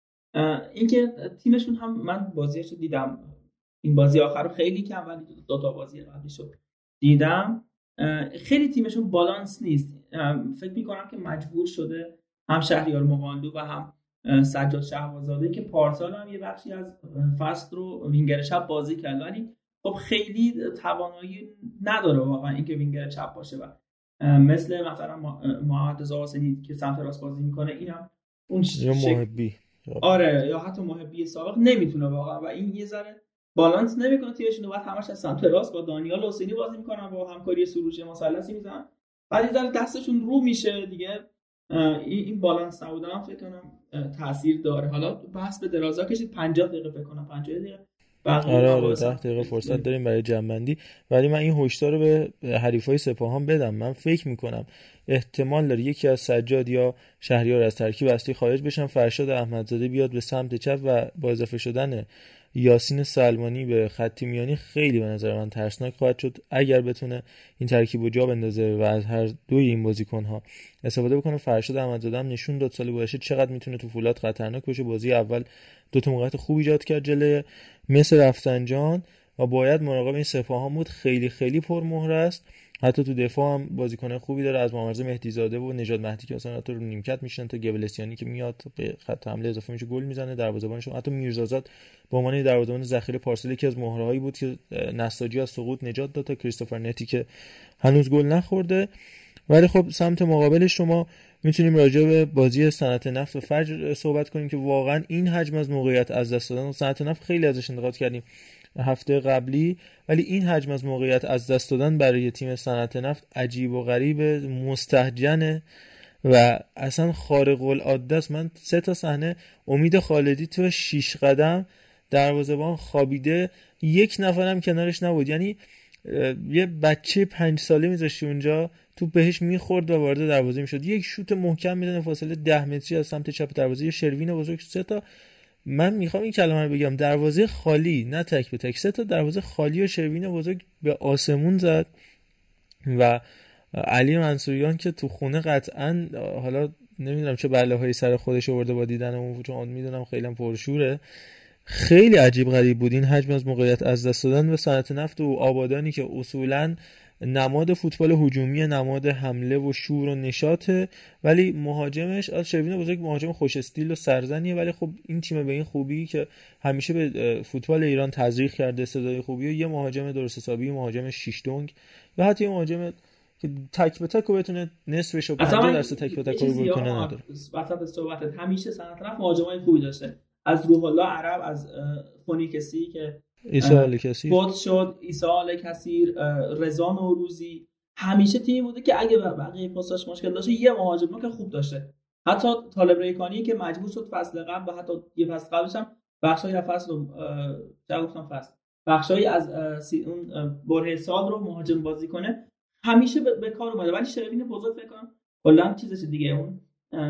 اینکه تیمشون هم من بازیاشو دیدم، این بازی آخر رو خیلی کم ولی 2 تا بازی قبلیشو دیدم، خیلی تیمشون بالانس نیست. فکر میکنم که مجبور شده هم شهریار مقاندو و هم سجاد شهبازاده که پارسال هم یه بخشی از فصل رو وینگر چپ بازی کرد، ولی خب خیلی توانایی نداره واقعا اینکه وینگر چپ باشه و مثل مثلا محمد رضا حسینی که سمت راست بازی میکنه، اینم اون محبی آره یا حتی محبی سابق نمیتونه واقعا و این یه ذره بالانس نمیکنه تیمشون و بعد همش از سمت راست با دانیال حسینی بازی میکنن با همکاری سروش مثلثی میزنن، بعد یه ذره دستشون رو میشه دیگه. این بالانس نبودن فکر کنم تاثیر داره. حالا بحث به درازا کشید 50 دقیقه فکر کنم 50 دقیقه آره 10 دقیقه فرصت داریم برای جمع‌بندی، ولی من این هشدار رو به حریفای سپاهان بدم. من فکر میکنم احتمال داره یکی از سجاد یا شهریار از ترکیب اصلی خارج بشن، فرشاد احمدزاده بیاد به سمت چپ و با اضافه شدن یاسین سلمانی به خط میانی خیلی به نظر من ترسناک خواهد شد اگر بتونه این ترکیب رو جا بندازه و از هر دوی این بازیکن‌ها استفاده بکنه. فرشاد احمدزاده هم نشون داد سال گذشته چقدر میتونه تو فولاد خطرناک باشه. بازی اول 2 تا موقعیت خوب ایجاد کرد جلوی مصر رفسنجان و باید مراقب این سپاهان بود، خیلی خیلی پرمهر است. حتی تو دفاع هم بازیکن خوبی داره، از محمد مهدی زاده و نژاد مهدی که اصلا تو رو نیمکت میشن تا گبلسیانی که میاد به خط حمله اضافه میشه گل میزنه. دروازه‌بانشون حتی میرزازاد به عنوان دروازه‌بان ذخیره پارسال یکی از مهرهایی بود که نساجی از سقوط نجات داد تا کریستوفر نتی که هنوز گل نخورده. ولی خب سمت مقابلش شما میتونیم راجع به بازی صنعت نفت و فجر صحبت کنیم که واقعا این حجم از موقعیت از دست دادن، صنعت نفت خیلی ازش انتقاد کردیم هفته قبلی، ولی این حجم از موقعیت از دست دادن برای تیم صنعت نفت عجیب و غریب، مستهجنه و اصلا خارق العاده است. من 3 صحنه امید خالدی تو 6 قدم دروازه‌بان خوابیده، یک نفرم کنارش نبود، یعنی یه بچه 5 ساله میذاشتی اونجا توپ بهش میخورد و وارد دروازه میشد، یک شوت محکم میزنه فاصله 10 متری از سمت چپ دروازه، یه شروین بزرگ 3 تا. من میخوام این کلمه رو بگم، دروازه خالی، نه تک به تک، 3 تا دروازه خالی و شروین بزرگ به آسمون زد. و علی منصوریان که تو خونه قطعا حالا نمیدونم چه بلاهایی سر خودش آورده با دیدن اون، چون میدونم خیلی پرشوره. خیلی عجیب غریب بود این حجم از موقعیت از دست دادن. و صنعت نفت و آبادانی که اصولاً نماد فوتبال هجومی، نماد حمله و شور و نشاطه، ولی مهاجمش از شروین بزرگ مهاجم خوش استیل و سرزنیه، ولی خب این تیم به این خوبی که همیشه به فوتبال ایران تزریق کرده صدای خوبی و یه مهاجم درست حسابی، مهاجم شیش دنگ و حتی یه مهاجم که تک به تک رو بتونه نصفش رو 50% تک به تک رو گل کنه نداره. وسط صحبتت همیشه صنعت نفت مهاجمای خوبی داشته، از روح الله عرب، از فونیکسی که عیسی الکسی فوت شد، عیسی الکسی، رضا نوروزی، همیشه تیمی بوده که اگه بقیه پستاش مشکل داشته یه مهاجم که خوب داشته. حتی طالب ریکانی که مجبور شد فصل قبل و حتی یه فصل قبلش هم بخشای از فصل بخشایی از اون بره سال رو مهاجم بازی کنه، همیشه به کار اومده. ولی شروین بزرگ فکر کنم کلا چیزش دیگه، اون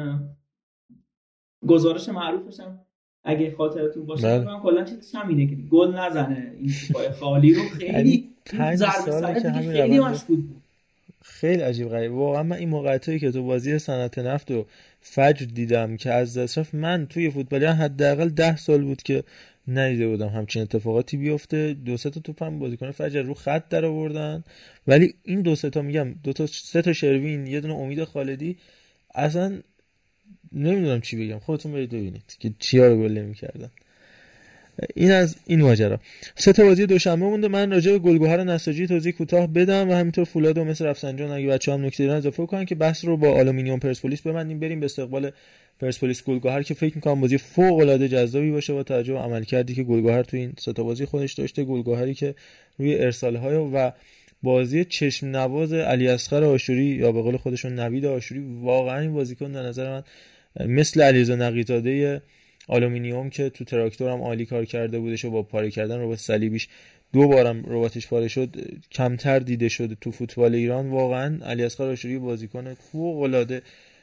گزارش معروفش هم اگه خاطرتون باشه فکر کلا چیزش همینه که گل نزنه، این توپای خالی رو خیلی 5 ساله که همین خیلی مشکوک بود. خیلی عجیب غریب واقعا. من این موقعیتایی که تو بازی صنعت نفت و فجر دیدم که از دست رفت، من توی فوتبالی حداقل 10 سال بود که ندیده بودم همچین اتفاقاتی بیفته. 2-3 تا توپم بازیکن فجر رو خط در آوردن، ولی این 2-3 تا میگم 2-3 تا شروین، یه دونه امید خالدی، اصلا نمیدونم چی بگم، خودتون برید ببینید که چیا رو گل نمی‌کردن. این از این ماجرا. 3 تا بازی دوشنبه مونده. من راجع به گلگهر نساجی توضیح کوتاه بدم و همینطور فولاد و مصر رفسنجان اگه بچه‌ها هم نکته دارن اضافه کنن که بحث رو با آلومینیوم پرسپولیس ببندیم، بریم به استقبال پرسپولیس گلگهر که فکر می‌کنم بازی فوق‌العاده جذابی باشه با توجه به عملکردی که گلگهر تو این 3 تا بازی خودش داشته. گلگهری که روی ارسال‌های و بازی چشم نواز علی اصغر آشوری یا به قول خودشون نوید آشوری، واقعا این بازیکن در نظر من مثل علیرضا نقی‌زاده آلومینیوم که تو تراکتور هم عالی کار کرده بودش و با پاره کردن ربات صلیبیش 2 بارم رباتش پاره شد کمتر دیده شده تو فوتبال ایران. واقعا علی اصغر آشوری بازیکن فوق‌العاده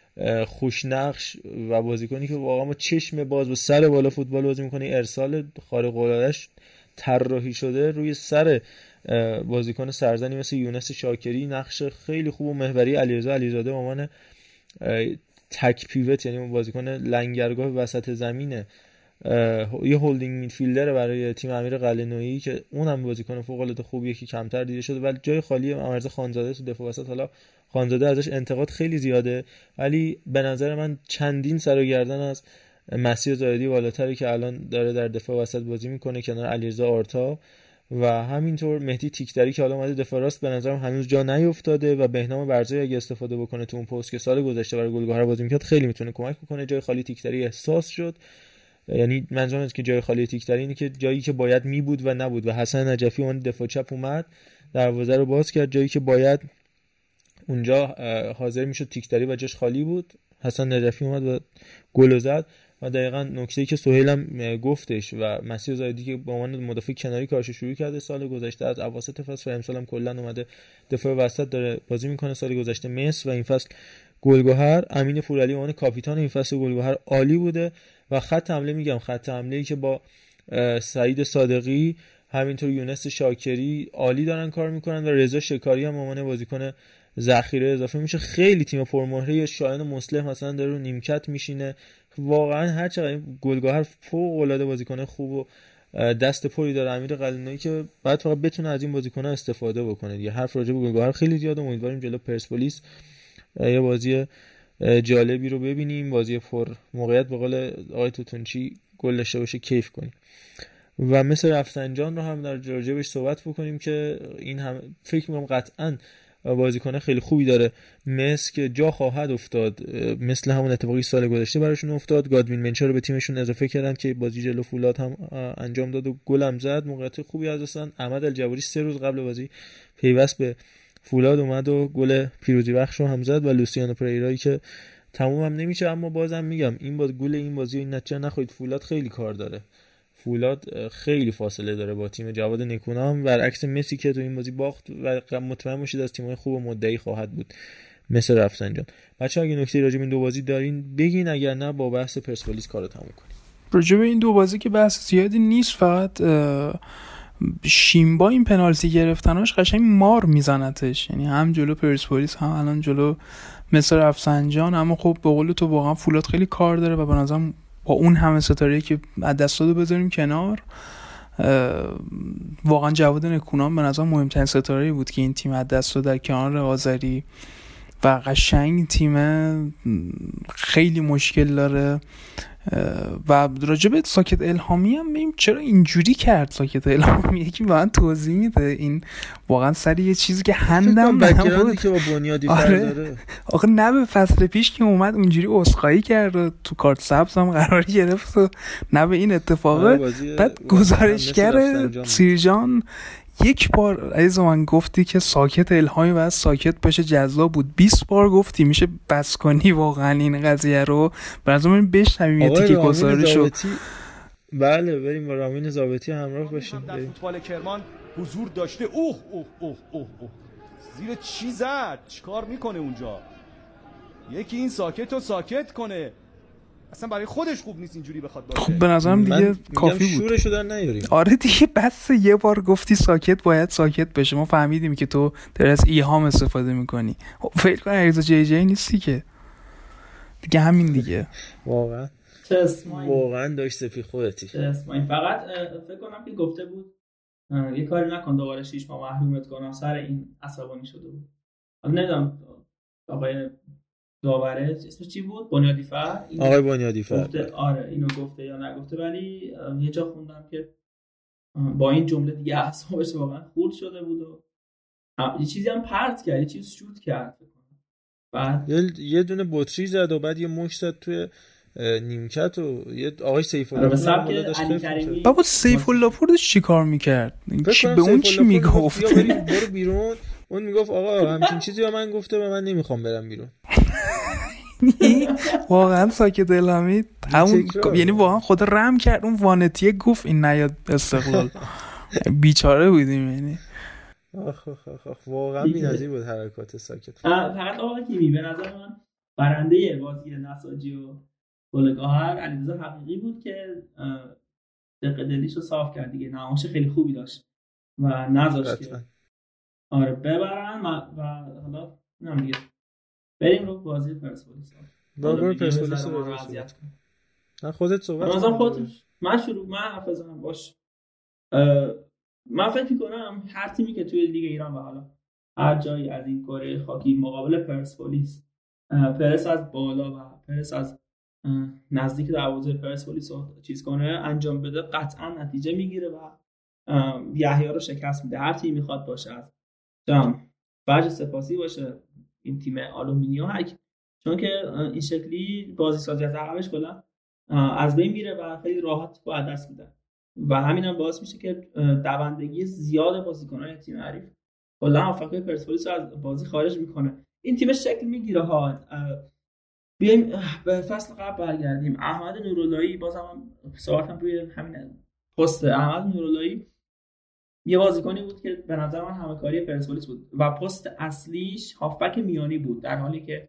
خوشنقش و بازیکنی که واقعا با چشم باز و سر بالا فوتبال بازی می‌کنه. ارسال خارق العاده‌اش طراحی شده روی سر بازیکن سرزنی مثل یونس شاکری، نقش خیلی خوب و محوری علیرضا علیزاده به عنوان تک پیوت، یعنی بازیکن لنگرگاه وسط زمینه، یه هولدینگ میدفیلدر برای تیم امیر قلعه‌نویی که اونم بازیکن فوق العاده خوبیه که کمتر دیده شده، ولی جای خالی امرزا خانزاده تو دفاع وسط. حالا خانزاده ازش انتقاد خیلی زیاده، ولی به نظر من چندین سر و گردن از مسیح زاهدی بالاتره که الان داره در دفاع وسط بازی میکنه کنار علیرضا آرتا و همینطور مهدی تیکدری که حالا اومده دفاع راست به نظرم هنوز جا نیافتاده و بهنام برزایی اگه استفاده بکنه تو اون پست که سال گذشته برای گلگهر بازی میکرد خیلی میتونه کمک بکنه. جای خالی تیکدری احساس شد، یعنی منظورم اینه که جای خالی تیکدری اینه که جایی که باید می بود و نبود و حسن نجفی اون دفاع چپ اومد دروازه رو باز کرد، جایی که باید اونجا حاضر میشد تیکدری و جاش خالی بود حسن نجفی اومد و گل زد. و دقیقاً نکته‌ای که سهیل هم گفتش و مسیح زاهدی که به عنوان مدافع کناری کارش شروع کرده سال گذشته از اواسط فصل و امسال هم کلاً اومده دفاع وسط داره بازی میکنه. سال گذشته مصر و این فصل گلگهر. امین پورعلی به عنوان کاپیتان این فصل گلگهر عالی بوده و خط حمله میگم خط حمله‌ای که با سعید صادقی همینطور یونس شاکری عالی دارن کار میکنن و رضا شکاری هم به عنوان بازیکن ذخیره اضافه میشه. خیلی تیم پرمهره. شایان مصلح مثلا داره رو نیمکت میشینه. واقعا هر چقدر گلگهر فوق العاده بازیکن خوب و دست پری داره امیر قلعه‌نویی که باید فقط بتونه از این بازیکن‌ها استفاده بکنه. دیگه حرف راجع به گلگهر خیلی زیاده. امیدواریم جلو پرسپولیس یه بازی جالبی رو ببینیم، بازی پر موقعیت به قول آقای توتونچی گل داشته باشه کیف کنیم. و مثل رفسنجان رو هم در راجبش صحبت بکنیم که این هم فکر می‌کنم قطعاً بازیکن خیلی خوبی داره. مس که جا خواهد افتاد، مثل همون اتفاقی سال گذشته براشون افتاد. گادوین منچر رو به تیمشون اضافه کردن که بازی جلو فولاد هم انجام داد و گل هم زد. موقعیت خوبی ازشون. احمد الجواری 3 روز قبل بازی پیوست به فولاد اومد و گل پیروزی بخش رو هم زد و لوسیانو پریرایی که تموم هم نمیشه، اما بازم میگم این گل این بازی این نتیجه نخواهید. فولاد خیلی کار داره، فولاد خیلی فاصله داره با تیم جواد نکونام، برعکس مسی که تو این بازی باخت و مطمئن باشید از تیم‌های خوب و مدعی خواهد بود مثل رفسنجان. بچه‌ها اگه نکته راجع به این دو بازی دارین بگین، اگر نه با بحث پرسپولیس کارو تموم کنیم. راجع به این دو بازی که بحث زیادی نیست، فقط شیمبا این پنالتی گرفتناش قشنگ مار میزنتش، یعنی هم جلو پرسپولیس هم الان جلو مثل رفسنجان. اما خب به قول تو واقعا فولاد خیلی کار داره و به نظرم با اون همه ستاره‌ای که از دست داده بذاریم کنار، واقعا جواد نکونام به نظر مهمترین ستاره‌ای بود که این تیم از دست داد در کنار آذری و قشنگ تیم خیلی مشکل داره. و راجب ساکت الهامی هم ببین چرا اینجوری کرد. ساکت الهامی یکی واقعا توضیح میده، این واقعا سر یه چیزی که هندم نبود که با بنیادی داره. آخه نه به فصل پیش که اومد اونجوری عذرخواهی کرد و تو کارت سبز هم قرار گرفت و نه به این اتفاقه. بعد گزارشگر سیرجان یک بار عزیز من گفتی که ساکت الهامی باید ساکت باشه جذاب بود، 20 بار گفتی میشه بس کنی واقعا این قضیه رو. برازم بشنویم یه تیکه گزارشو. بله بریم با رامین ضابطی همراه باشیم. در فوتبال کرمان حضور داشته. اوه اوه اوه اوه اوه زیر چی زد؟ چیکار میکنه اونجا؟ یکی این ساکت کنه، اصلا برای خودش خوب نیست اینجوری بخواد باشه. خب به نظرم دیگه کافی بود. شورشو در نیاریم. آره دیگه بس یه بار گفتی ساکت باید ساکت بشه، ما فهمیدیم که تو در از ایهام استفاده میکنی. فکر کنم عریض جی نیستی که دیگه همین دیگه. واقعا داشت سپی خودتی. فقط فکر کنم که گفته بود یه کاری نکن دوباره 6 ماه محرومت کنم، سر این عصبانی شده بود. نمیدونم آقای داوره اسمش چی بود؟ بنیادی فر؟ آقای بنیادی فر. آره اینو گفته یا نگفته، ولی یه جا خوندم که با این جمله دیگه اعصابش واقعا خورد شده بود و یه چیزی هم پرت کرد، یه چیز شوت کرد. بعد یه دونه بطری زد و بعد یه مشت زد توی نیمکت و یه آقای سیف الله بابا سیف الله پور چی کار میکرد؟ به اون چی میگفت؟ برو بیرون. اون میگفت آقا همچین چیزی به من گفته و من نمیخوام برم بیرون. واقعا ساکت الهامی همون، یعنی واقعا خود رحم کرد اون وانتیه گفت این نیاد استقلال. بیچاره بودیم یعنی. واقعا بی‌نظیر بود حرکات ساکت. فقط آقا کیمی به نظر من برنده بازی نساجی و گلگهر علیرضا حقیقی بود که دق دلیشو صاف کرد دیگه. نمایش خیلی خوبی داشت و نذاشت که آره ببرن و حالا نمیدونم دیگه. بریم رو بازی پرسپولیس. بابا پرسپولیس رو اذیت کن. نه خودت صحبت کن. من حرف بزنم باش. من فکر می‌کنم هر تیمی که توی لیگ ایران و حالا هر جایی از این کره خاکی مقابل پرسپولیس پرس از بالا و پرس از نزدیک دروازه پرسپولیس رو چیز کنه انجام بده قطعا نتیجه میگیره و یحیی رو شکست میده. هر تیمی میخواد باشه از فرج سپاسی باشه این تیم آلومینیوم، چون که این شکلی بازی سازی از عقبش کلا از بین میره و خیلی راحت با دست میده و همین هم باعث میشه که دوندگی زیاد بازیکنان تیم حریف کلا افقای پرسپولیس رو از بازی خارج میکنه. این تیم شکل میگیره ها. بیایم به فصل قبل برگردیم. احمد نوراللهی، بازم صحبتم روی همین پست احمد نوراللهی یه بازیکنی بود که به نظر من همکاری پرسپولیس بود و پست اصلیش هافبک میانی بود، در حالی که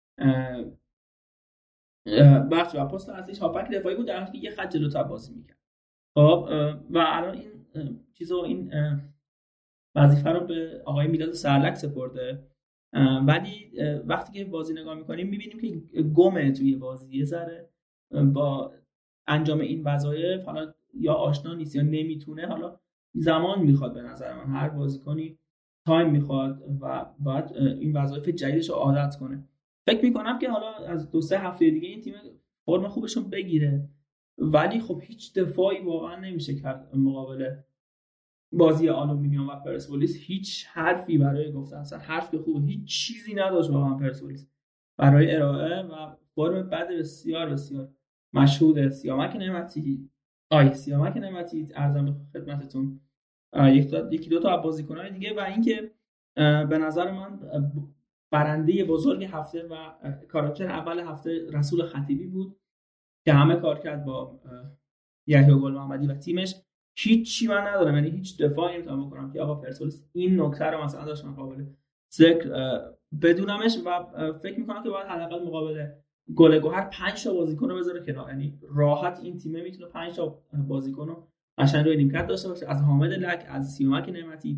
و پست اصلیش هافبک دفاعی بود، در حالی که یه خط جلوتر بازی میکرد. خب و الان این وظیفه رو به آقای میلاد سرلک سپرده، ولی وقتی که بازی نگاه میکنیم میبینیم که گمه توی بازی یه ذره با انجام این وظایف، حالا یا آشنا نیست یا نمیتونه، حالا زمان میخواد. به نظر من هر بازیکنی تایم میخواد و باید این وظایف جدیدش رو عادت کنه. فکر میکنم که حالا از 2-3 هفته دیگه این تیم فرم خوبش رو بگیره، ولی خب هیچ دفاعی واقعا نمیشه کرد مقابل بازی آلومینیوم و پرسپولیس هیچ حرفی برای گفتن، اصلا حرف که خوبه هیچ چیزی نداشت واقعا پرسپولیس برای ارائه و فرم بد بسیار بسیار مشهود سیامک نعمتی ارزم به خدمتتون یکی دو تا بازیکن‌های دیگه و اینکه به نظر من برنده بزرگ هفته و کاراکتر اول هفته رسول خطیبی بود که همه کار کرد با یحیی گل محمدی و تیمش. هیچی من ندارم، یعنی هیچ دفاعی نمیتونم بکنم که آقا پرسپولیس این نکته رو مثلا داشت من قابل ذکر بدونمش و فکر میکنم که باید حداقل مقابل گل گوهر 5 تا بازیکن رو بذاره کنار، یعنی راحت این تیم میتونه 5 تا بازیکن رو قشنگ روی نیمکت داشته باشه، از حامد لک، از سیامک نعمتی،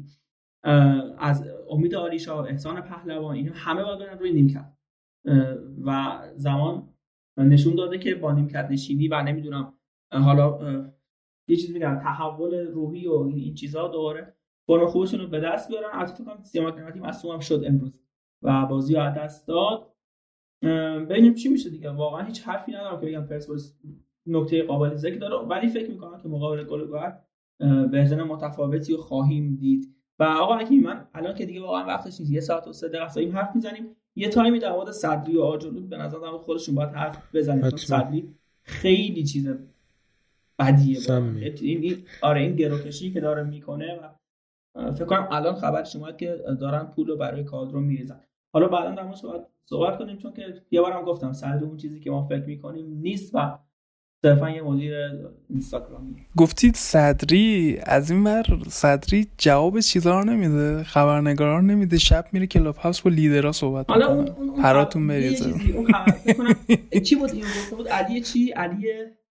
از امید عالیشاه، احسان پهلوان، اینا همه باید برن روی نیمکت و زمان نشون داده که با نیمکت نشینی و نمیدونم حالا یه چیز میگم تحول روحی و این چیزا دوباره فرم خوبشون رو به دست بیارن. البته فکر کنم سیامک نعمتی مصدوم هم شد امروز و بازی رو از دست داد. ببینیم چی میشه دیگه. واقعا هیچ حرفی ندارم که بگم پرسپولیس نکته قابل ذکر داره، ولی فکر میکنم که مقابل گل‌گوهر ورژن متفاوتی رو خواهیم دید. و آقا حکیمی من الان که دیگه واقعا وقتش نیست 1 ساعت و 3 دقیقه داریم حرف میزنیم، یه تایمی در مورد صدری و آجرلو به نظر من خودشون باید حرف بزنیم. صدری خیلی چیز بدیه این گروکشی که داره میکنه و فکر کنم الان خبرش اومد که دارن پولو برای کادرو میریزن. حالا بعدا در موردش باید صحبت کنیم چون که یه بارم گفتم صدری اون چیزی که ما فکر میکنیم نیست و صرفا یه مدیر اینستاگرامی. گفتید صدری از این ور صدری جواب چیزا رو نمیده، خبرنگارا رو نمیده، شب میره کلاب هاوس با لیدرها صحبت میکنه. حالا پراتون بریزه. اون خبر کنم چی بود این گفته بود علی چی علی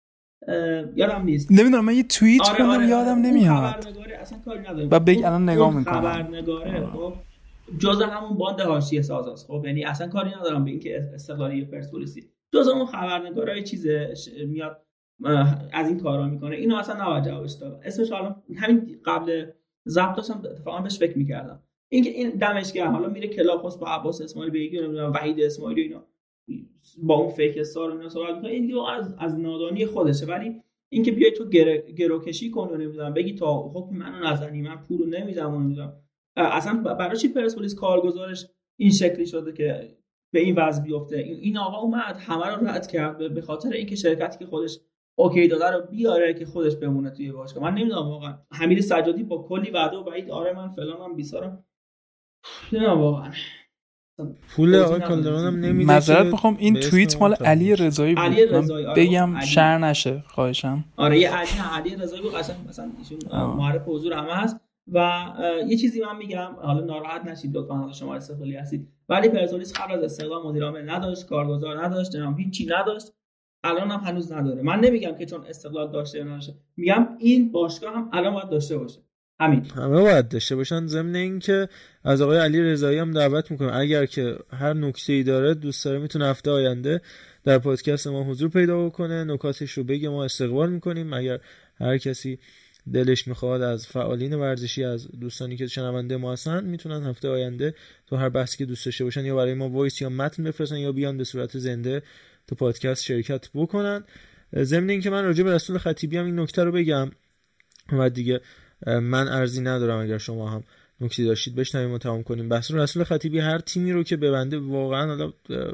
یادم نیست. نمیدونم من یه توییت خوندم یادم نمیاد. خبرنگار اصلا کاری نداره. و بگ الان نگاه میکنم. خبرنگاره خب جزء همون باند حاشیه سازاست. خب یعنی اصلا کاری ندارم به اینکه استقلالی پرسپولیسی جزء اون خبرنگارای چیز میاد از این کارا میکنه. اینو اصلا نباید جوابش داد. اسمش حالا همین قبل ضبط داشتم اتفاقا بهش فکر میکردم. اینکه این دمشگر حالا میره کلاب هاوس با عباس اسماعیلی بیگی نمیدونم وحید اسماعیلی اینا با اون فیک استار اینا صحبت میکنه، این دیگه از نادانی خودشه. ولی اینکه بیای تو گروکشی کنه نمیدونم بگی تا حکم منو نزنی من پولو نمیدم نمیدونم اصلا برای چی پرسپولیس کارگزارش این شکلی شده که به این وضع بیفته. این آقا اومد همه رو رد کرد به خاطر اینکه شرکتی که خودش اوکی داده رو بیاره که خودش بمونه توی باشگاه. من نمیدونم واقعا حمید سجادی با کلی وعده و وعید آره من فلانم بیسارم نمیدونم واقعا پول آقای کالدرون هم نمیده. معذرت میخوام این توییت مال علی رضایی بود. علی رضایی آره بگم شر نشه خواهشم. آره یه علی رضایی بود قشنگ مثلا ایشون معرف حضور همه هست. و یه چیزی من میگم حالا ناراحت نشید لطفا حالا شما استقلالی هستید ولی پرسپولیس قبل از استقلال مدیر عامل نداشت، کارگزار نداشت، هیچی نداشت، الان هم هنوز نداره. من نمیگم که چون استقلال داشته یا نداشته، میگم این باشگاه هم الان باید داشته باشه. همین همه باید داشته باشن. ضمن اینکه از آقای علی رضایی هم دعوت میکنم اگر که هر نکته‌ای داره دوست داره میتونه هفته آینده در پادکست ما حضور پیدا بکنه، نکاتش رو بگه، ما استقبال میکنیم. اگر هر کسی دلش میخواد از فعالین ورزشی از دوستانی که شنونده ما هستن میتونن هفته آینده تو هر بحثی که دوست داشته باشن یا برای ما وایس یا متن بفرستن یا بیان به صورت زنده تو پادکست شرکت بکنن. ضمن اینکه من راجع به رسول خطیبی هم این نکته رو بگم و دیگه من ارزی ندارم اگر شما هم نکته داشتید بشنویم و تمام کنیم. بحث رسول خطیبی هر تیمی رو که ببنده واقعا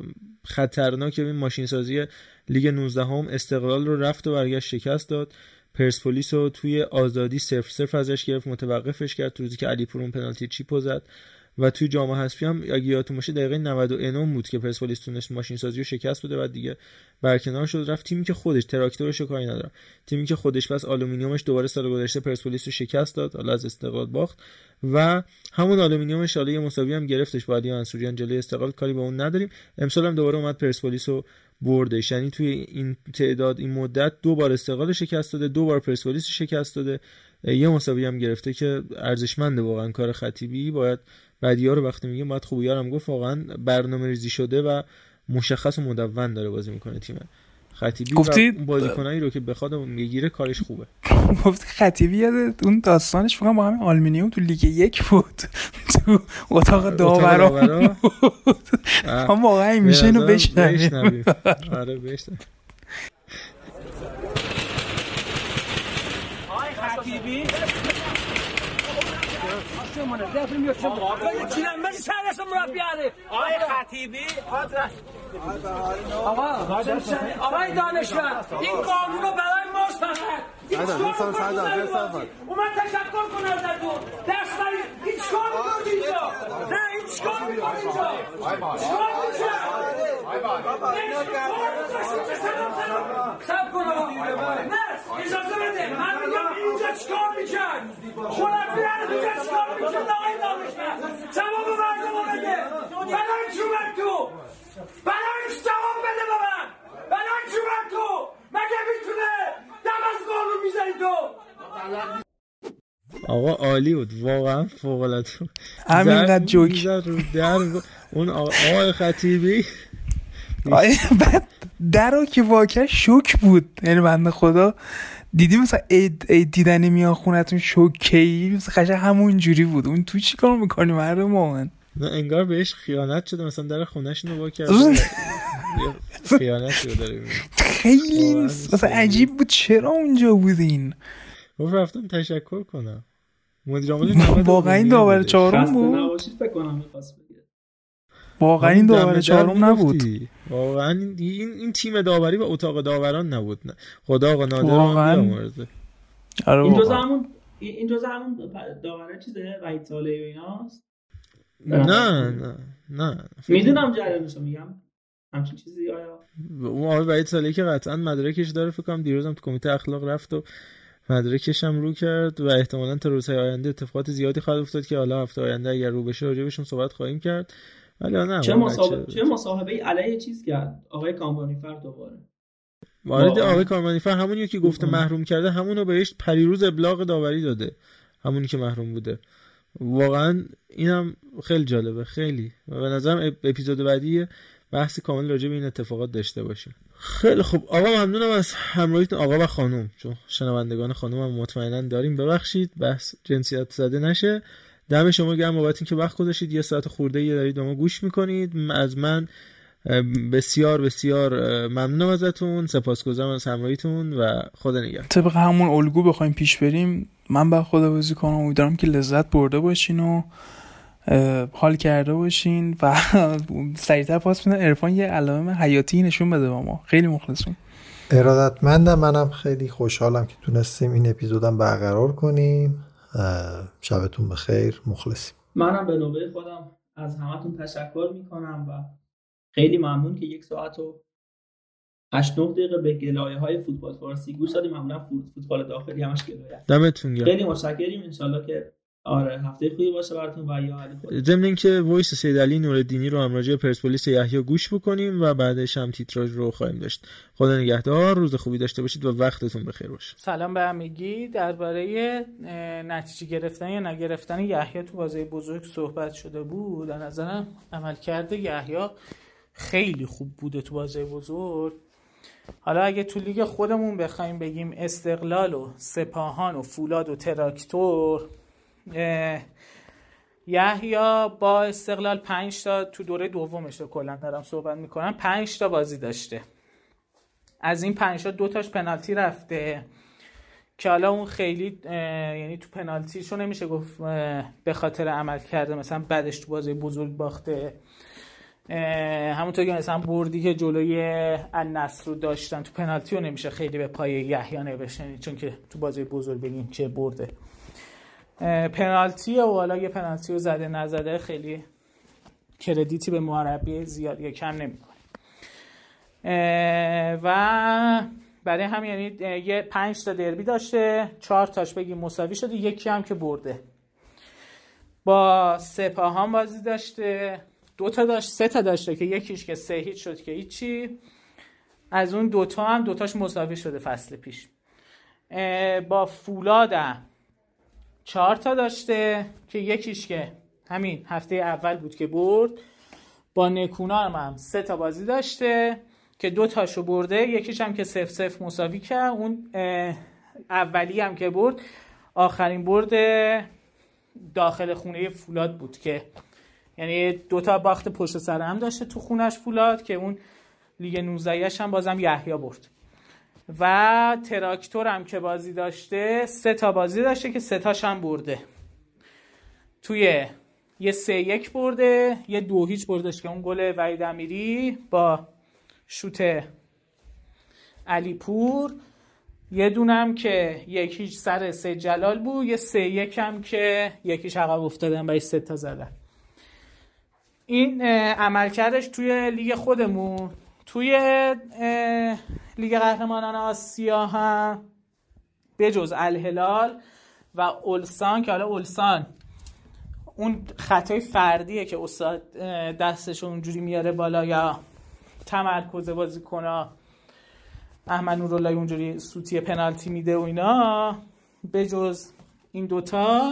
خطرناکه. این ماشین سازی لیگ 19 هم استقلال رو رفت و برگشت شکست داد. پرسپولیس رو توی آزادی 0-0 ازش گرفت، متوقفش کرد تو روزی که علیپور اون پنالتی چیپو زد. و توی جام حذفی هم اگه یادتون باشه دقیقه 99 بود که پرسپولیس تونست ماشین سازی رو شکست بده و دیگه برکنار شد، رفت تیمی که خودش تراکتورش رو کاری ندارم، تیمی که خودش بس آلومینیومش دوباره سال گذشته پرسپولیس رو شکست داد، حالا از استقلال باخت و همون آلومینیومش حالا یه مساوی هم گرفتش با علی منصوریان جلوی استقلال، کاری با اون نداریم. امسال هم دوباره اومد پرسپولیس رو بردش. یعنی توی این تعداد این مدت 2 بار استقلال شکست داده، 2 بار پرسپولیس شکست داده، یه مساوی هم گرفته که ارزشمنده واقعا کار خطیبی. باید بعدی‌ها رو وقتی میگیم باید خوبی‌ها هم گفت، واقعا برنامه‌ریزی شده و مشخص و مدون داره بازی میکنه تیم خطیبی. گفتید و بازیکنایی رو که بخواد بگیره کارش خوبه. گفت خطیبی یاد اون داستانش فقط با همین آلومینیوم تو لیگ 1 بود تو اتاق داورا بود. ما واقعا میشه اینو بشنویم. آره بشنویم. خودمونه رفیق میاد چه چی نمیشه سرش مربیاره آقای خطیبی آقای دانشور این قانون رو برای ما فقط اومد تشکر کنه ازتون دست برید هیچ کار میکنید اینجا نه هیچ کار میکنید اینجا چیکار سب کن آقا نه اجازه بده من میگم اینجا چیکار میکرد مربیان اینجا چیکار میکرد آقای دانشور جواب مردم رو بده برای چی اومد تو برای چی جواب بده به من برای چی اومد تو مگه میتونه دم از قانون میزنی تو آقا عالی بود واقعا فوق العاده همینقدر جوک اون آقای خطیبی بعد درو که واقعا شوک بود. یعنی بنده خدا دیدی مثلا عید دیدنی میان خونتون شوکی مثلا خشن همون جوری بود. اون تو چی کار میکنی مردم مومن؟ نه انگار بهش خیانت شده مثلا در خونه‌شون رو وا کرده خیانت شده. خیلی مثلا عجیب بود چرا اونجا بودین. گفت رفتم تشکر کنم مدیر عامل واقعا این داور چهارم بود. واقعا این داور چهارم نبود. واقعا این تیم داوری و اتاق داوران نبود. نه خدا آقا نادر بیامرزه. این جزء همون داوره چیزه وحید صالحی و ایناست. نه میدونم جریانشو میگم همچین چیزی. آیا اون آقای وحید صالحی که قطعا مدرکش داره فکر کنم دیروز هم تو کمیته اخلاق رفت و مدرکش هم رو کرد و احتمالاً تا روزهای آینده اتفاقات زیادی خواهد افتاد که حالا هفته آینده اگر رو بشه راجعشون صحبت خواهیم کرد. ولی نه چه مصاحبه علیه چیز کرد آقای کامرانیفر دوباره. وارد آقای کامرانیفر همونی که گفته محروم کرده همونو بهش پریروز ابلاغ داوری داده همونی که محروم بوده. واقعا اینم خیلی جالبه خیلی و به نظرم اپیزود بعدی بحث کامل راجع به این اتفاقات داشته باشیم. خیلی خوب آقا ممنونم از همراهیتون آقا و خانم چون شنوندگان خانم هم مطمئنا داریم. ببخشید بحث جنسیت زده نشه. دم شما گرم بابت اینکه وقت گذاشتید یه ساعت خورده‌ای دارید به ما گوش میکنید. از من بسیار بسیار ممنونم ازتون. سپاسگزارم از همراهیتون و خدا نگهدار. طبق همون الگو بخوایم پیش بریم من با خداحافظی کنم. امیدوارم که لذت برده باشین و حال کرده باشین و سریعتر پاس میدن عرفان یه علائم حیاتی نشون بده با ما. خیلی مخلصیم. ارادتمندم. منم خیلی خوشحالم که تونستیم این اپیزودم برقرار کنیم. شبتون بخیر. مخلصیم. منم به نوبه خودم از همتون تشکر میکنم و خیلی ممنون که 1 ساعت و 8-9 دقیقه به گلایه‌های فوتبال فارسی گوش دادیم. معمولا فوتبال داخلی همش گلایه. دمتون گرم. خیلی متشکریم. ان شاءالله که هفته خوبی باشه براتون و یا علی خود. ضمن اینکه وایس سید علی نورالدینی رو هم راجع به پرسپولیس یحیی گوش بکنیم و بعدش هم تیتراژ رو خواهیم داشت. خدا نگهدار. روز خوبی داشته باشید و وقتتون بخیر باشه. سلام به همگی. درباره نتیجه گرفتن یا نگرفتن یحیی تو بازی بزرگ صحبت شده بود. در نظرم عملکرد یحیی خیلی خوب بوده تو بازی بزرگ. حالا اگه تو لیگ خودمون بخوایم بگیم استقلال و سپاهان و فولاد و تراکتور، یحیی با استقلال 5 تا تو دوره دومش رو کلا دارم صحبت میکنم 5 تا بازی داشته. از این 5 تا 2 تاش پنالتی رفته که حالا اون خیلی یعنی تو پنالتیشو نمیشه گفت به خاطر عمل کرده مثلا بعدش تو بازی بزرگ باخته. همونطور که مثلا بردی که جلوی النصر رو داشتن تو پنالتی رو نمیشه خیلی به پای یحیی نوشتن چون که تو بازی بزرگ بگیم که برده پنالتی و حالا یه پنالتی رو زده نزده خیلی کردیتی به مربی زیاد یا کم نمیکنه و برای هم یعنی یه 5 تا دربی داشته 4 تاش بگیم مساوی شده یکی هم که برده. با سپاهان بازی داشته 2 تا داشت 3 تا داشته که یکیش که 3-0 شد که هیچی. از اون 2 تا هم 2 تاش مساوی شده فصل پیش. با فولادم 4 تا داشته که یکیش که همین هفته اول بود که برد. با نکونام هم 3 تا بازی داشته که 2 تاشو برده یکیش هم که 0-0 مساوی کرد. اون اولی هم که برد آخرین برد داخل خونه فولاد بود که یعنی 2 تا باخت پشت سر هم داشته تو خونش فولاد که اون لیگ 19 هم بازم یحیی برد. و تراکتور هم که بازی داشته 3 تا بازی داشته که 3 تاش هم برده. توی یه 3-1 برده، یه 2-0 بردش که اون گل وحید امیری با شوت علیپور، یه دونم که 1-0 سر سید جلال بود، یه 3-1 هم که 1-0 عقب افتادن برای 3 تا زدن. این عملکردش توی لیگ خودمون. توی لیگ قهرمانان آسیا هم به جز الهلال و اولسان که حالا اولسان اون خطای فردیه که استاد دستش اونجوری میاره بالا یا تمرکز بازیکن‌ها، احمد نوراللهی اونجوری سوتی پنالتی میده و اینا، به جز این دوتا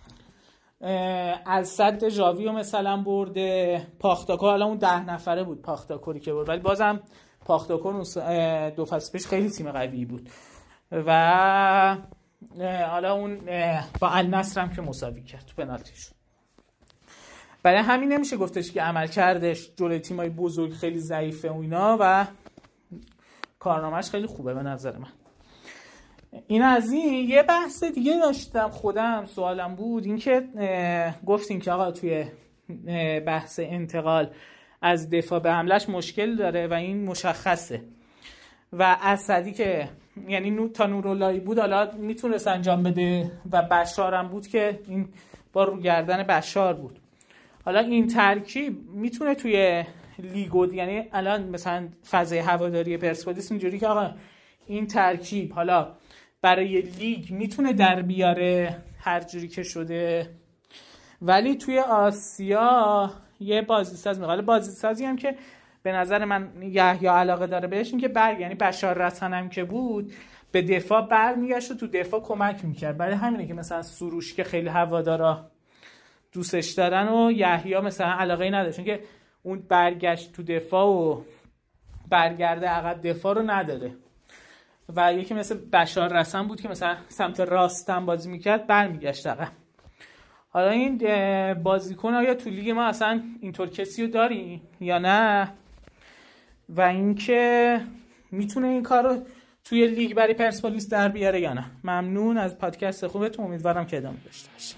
از صد ژاویو مثلا برده. پاختاکور حالا اون 10 نفره بود پاختاکوری که برد، ولی بازم پاختاکور 2 فصل پیش خیلی تیم قوی بود و حالا اون با النصر هم که مساوی کرد تو پنالتیش. برای همین نمیشه گفتش که عمل کردش جلوی تیمای بزرگ خیلی ضعیفه و اینا و کارنامه‌اش خیلی خوبه به نظر من. این از این. یه بحث دیگه داشتم خودم، سوالم بود این که گفتیم که آقا توی بحث انتقال از دفاع به حملهش مشکل داره و این مشخصه و اسدی که یعنی تا نوراللهی بود حالا میتونست انجام بده و بشار هم بود که این با رو گردن بشار بود. حالا این ترکیب میتونه توی لیگو، یعنی الان مثلا فضای هواداری پرسپولیس اینجوری که آقا این ترکیب حالا برای لیگ میتونه در بیاره هر جوری که شده، ولی توی آسیا یه بازیساز میخواد. بازیسازی هم که به نظر من یحیی علاقه داره بهش این که یعنی بشار رسن هم که بود به دفاع برمیگشت و تو دفاع کمک میکرد. برای همینه که مثلا سروش که خیلی هوادارا دوستش دارن و یحیی مثلا علاقه نداره، چون که اون برگشت تو دفاع و برگرده عقب دفاع رو نداره. و یکی مثل بشار رسن بود که مثلا سمت راستم بازی میکرد برمیگشت عقب. حالا این بازیکن آیا تو لیگ ما اصلا اینطور کسی رو داریم یا نه، و اینکه میتونه این کار رو توی لیگ برای پرسپولیس در بیاره یا نه. ممنون از پادکست خوبتون، امیدوارم که ادامه داشته باشه.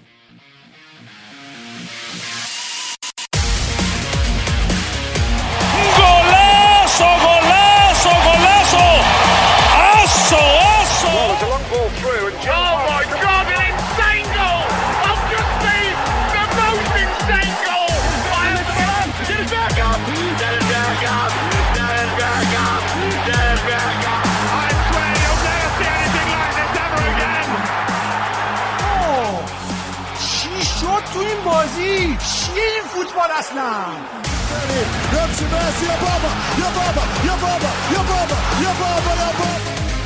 تو این بازی چیه این فوتبال اصلا؟ يمشي ميسي يا بابا يا بابا يا بابا يا بابا يا بابا يا بابا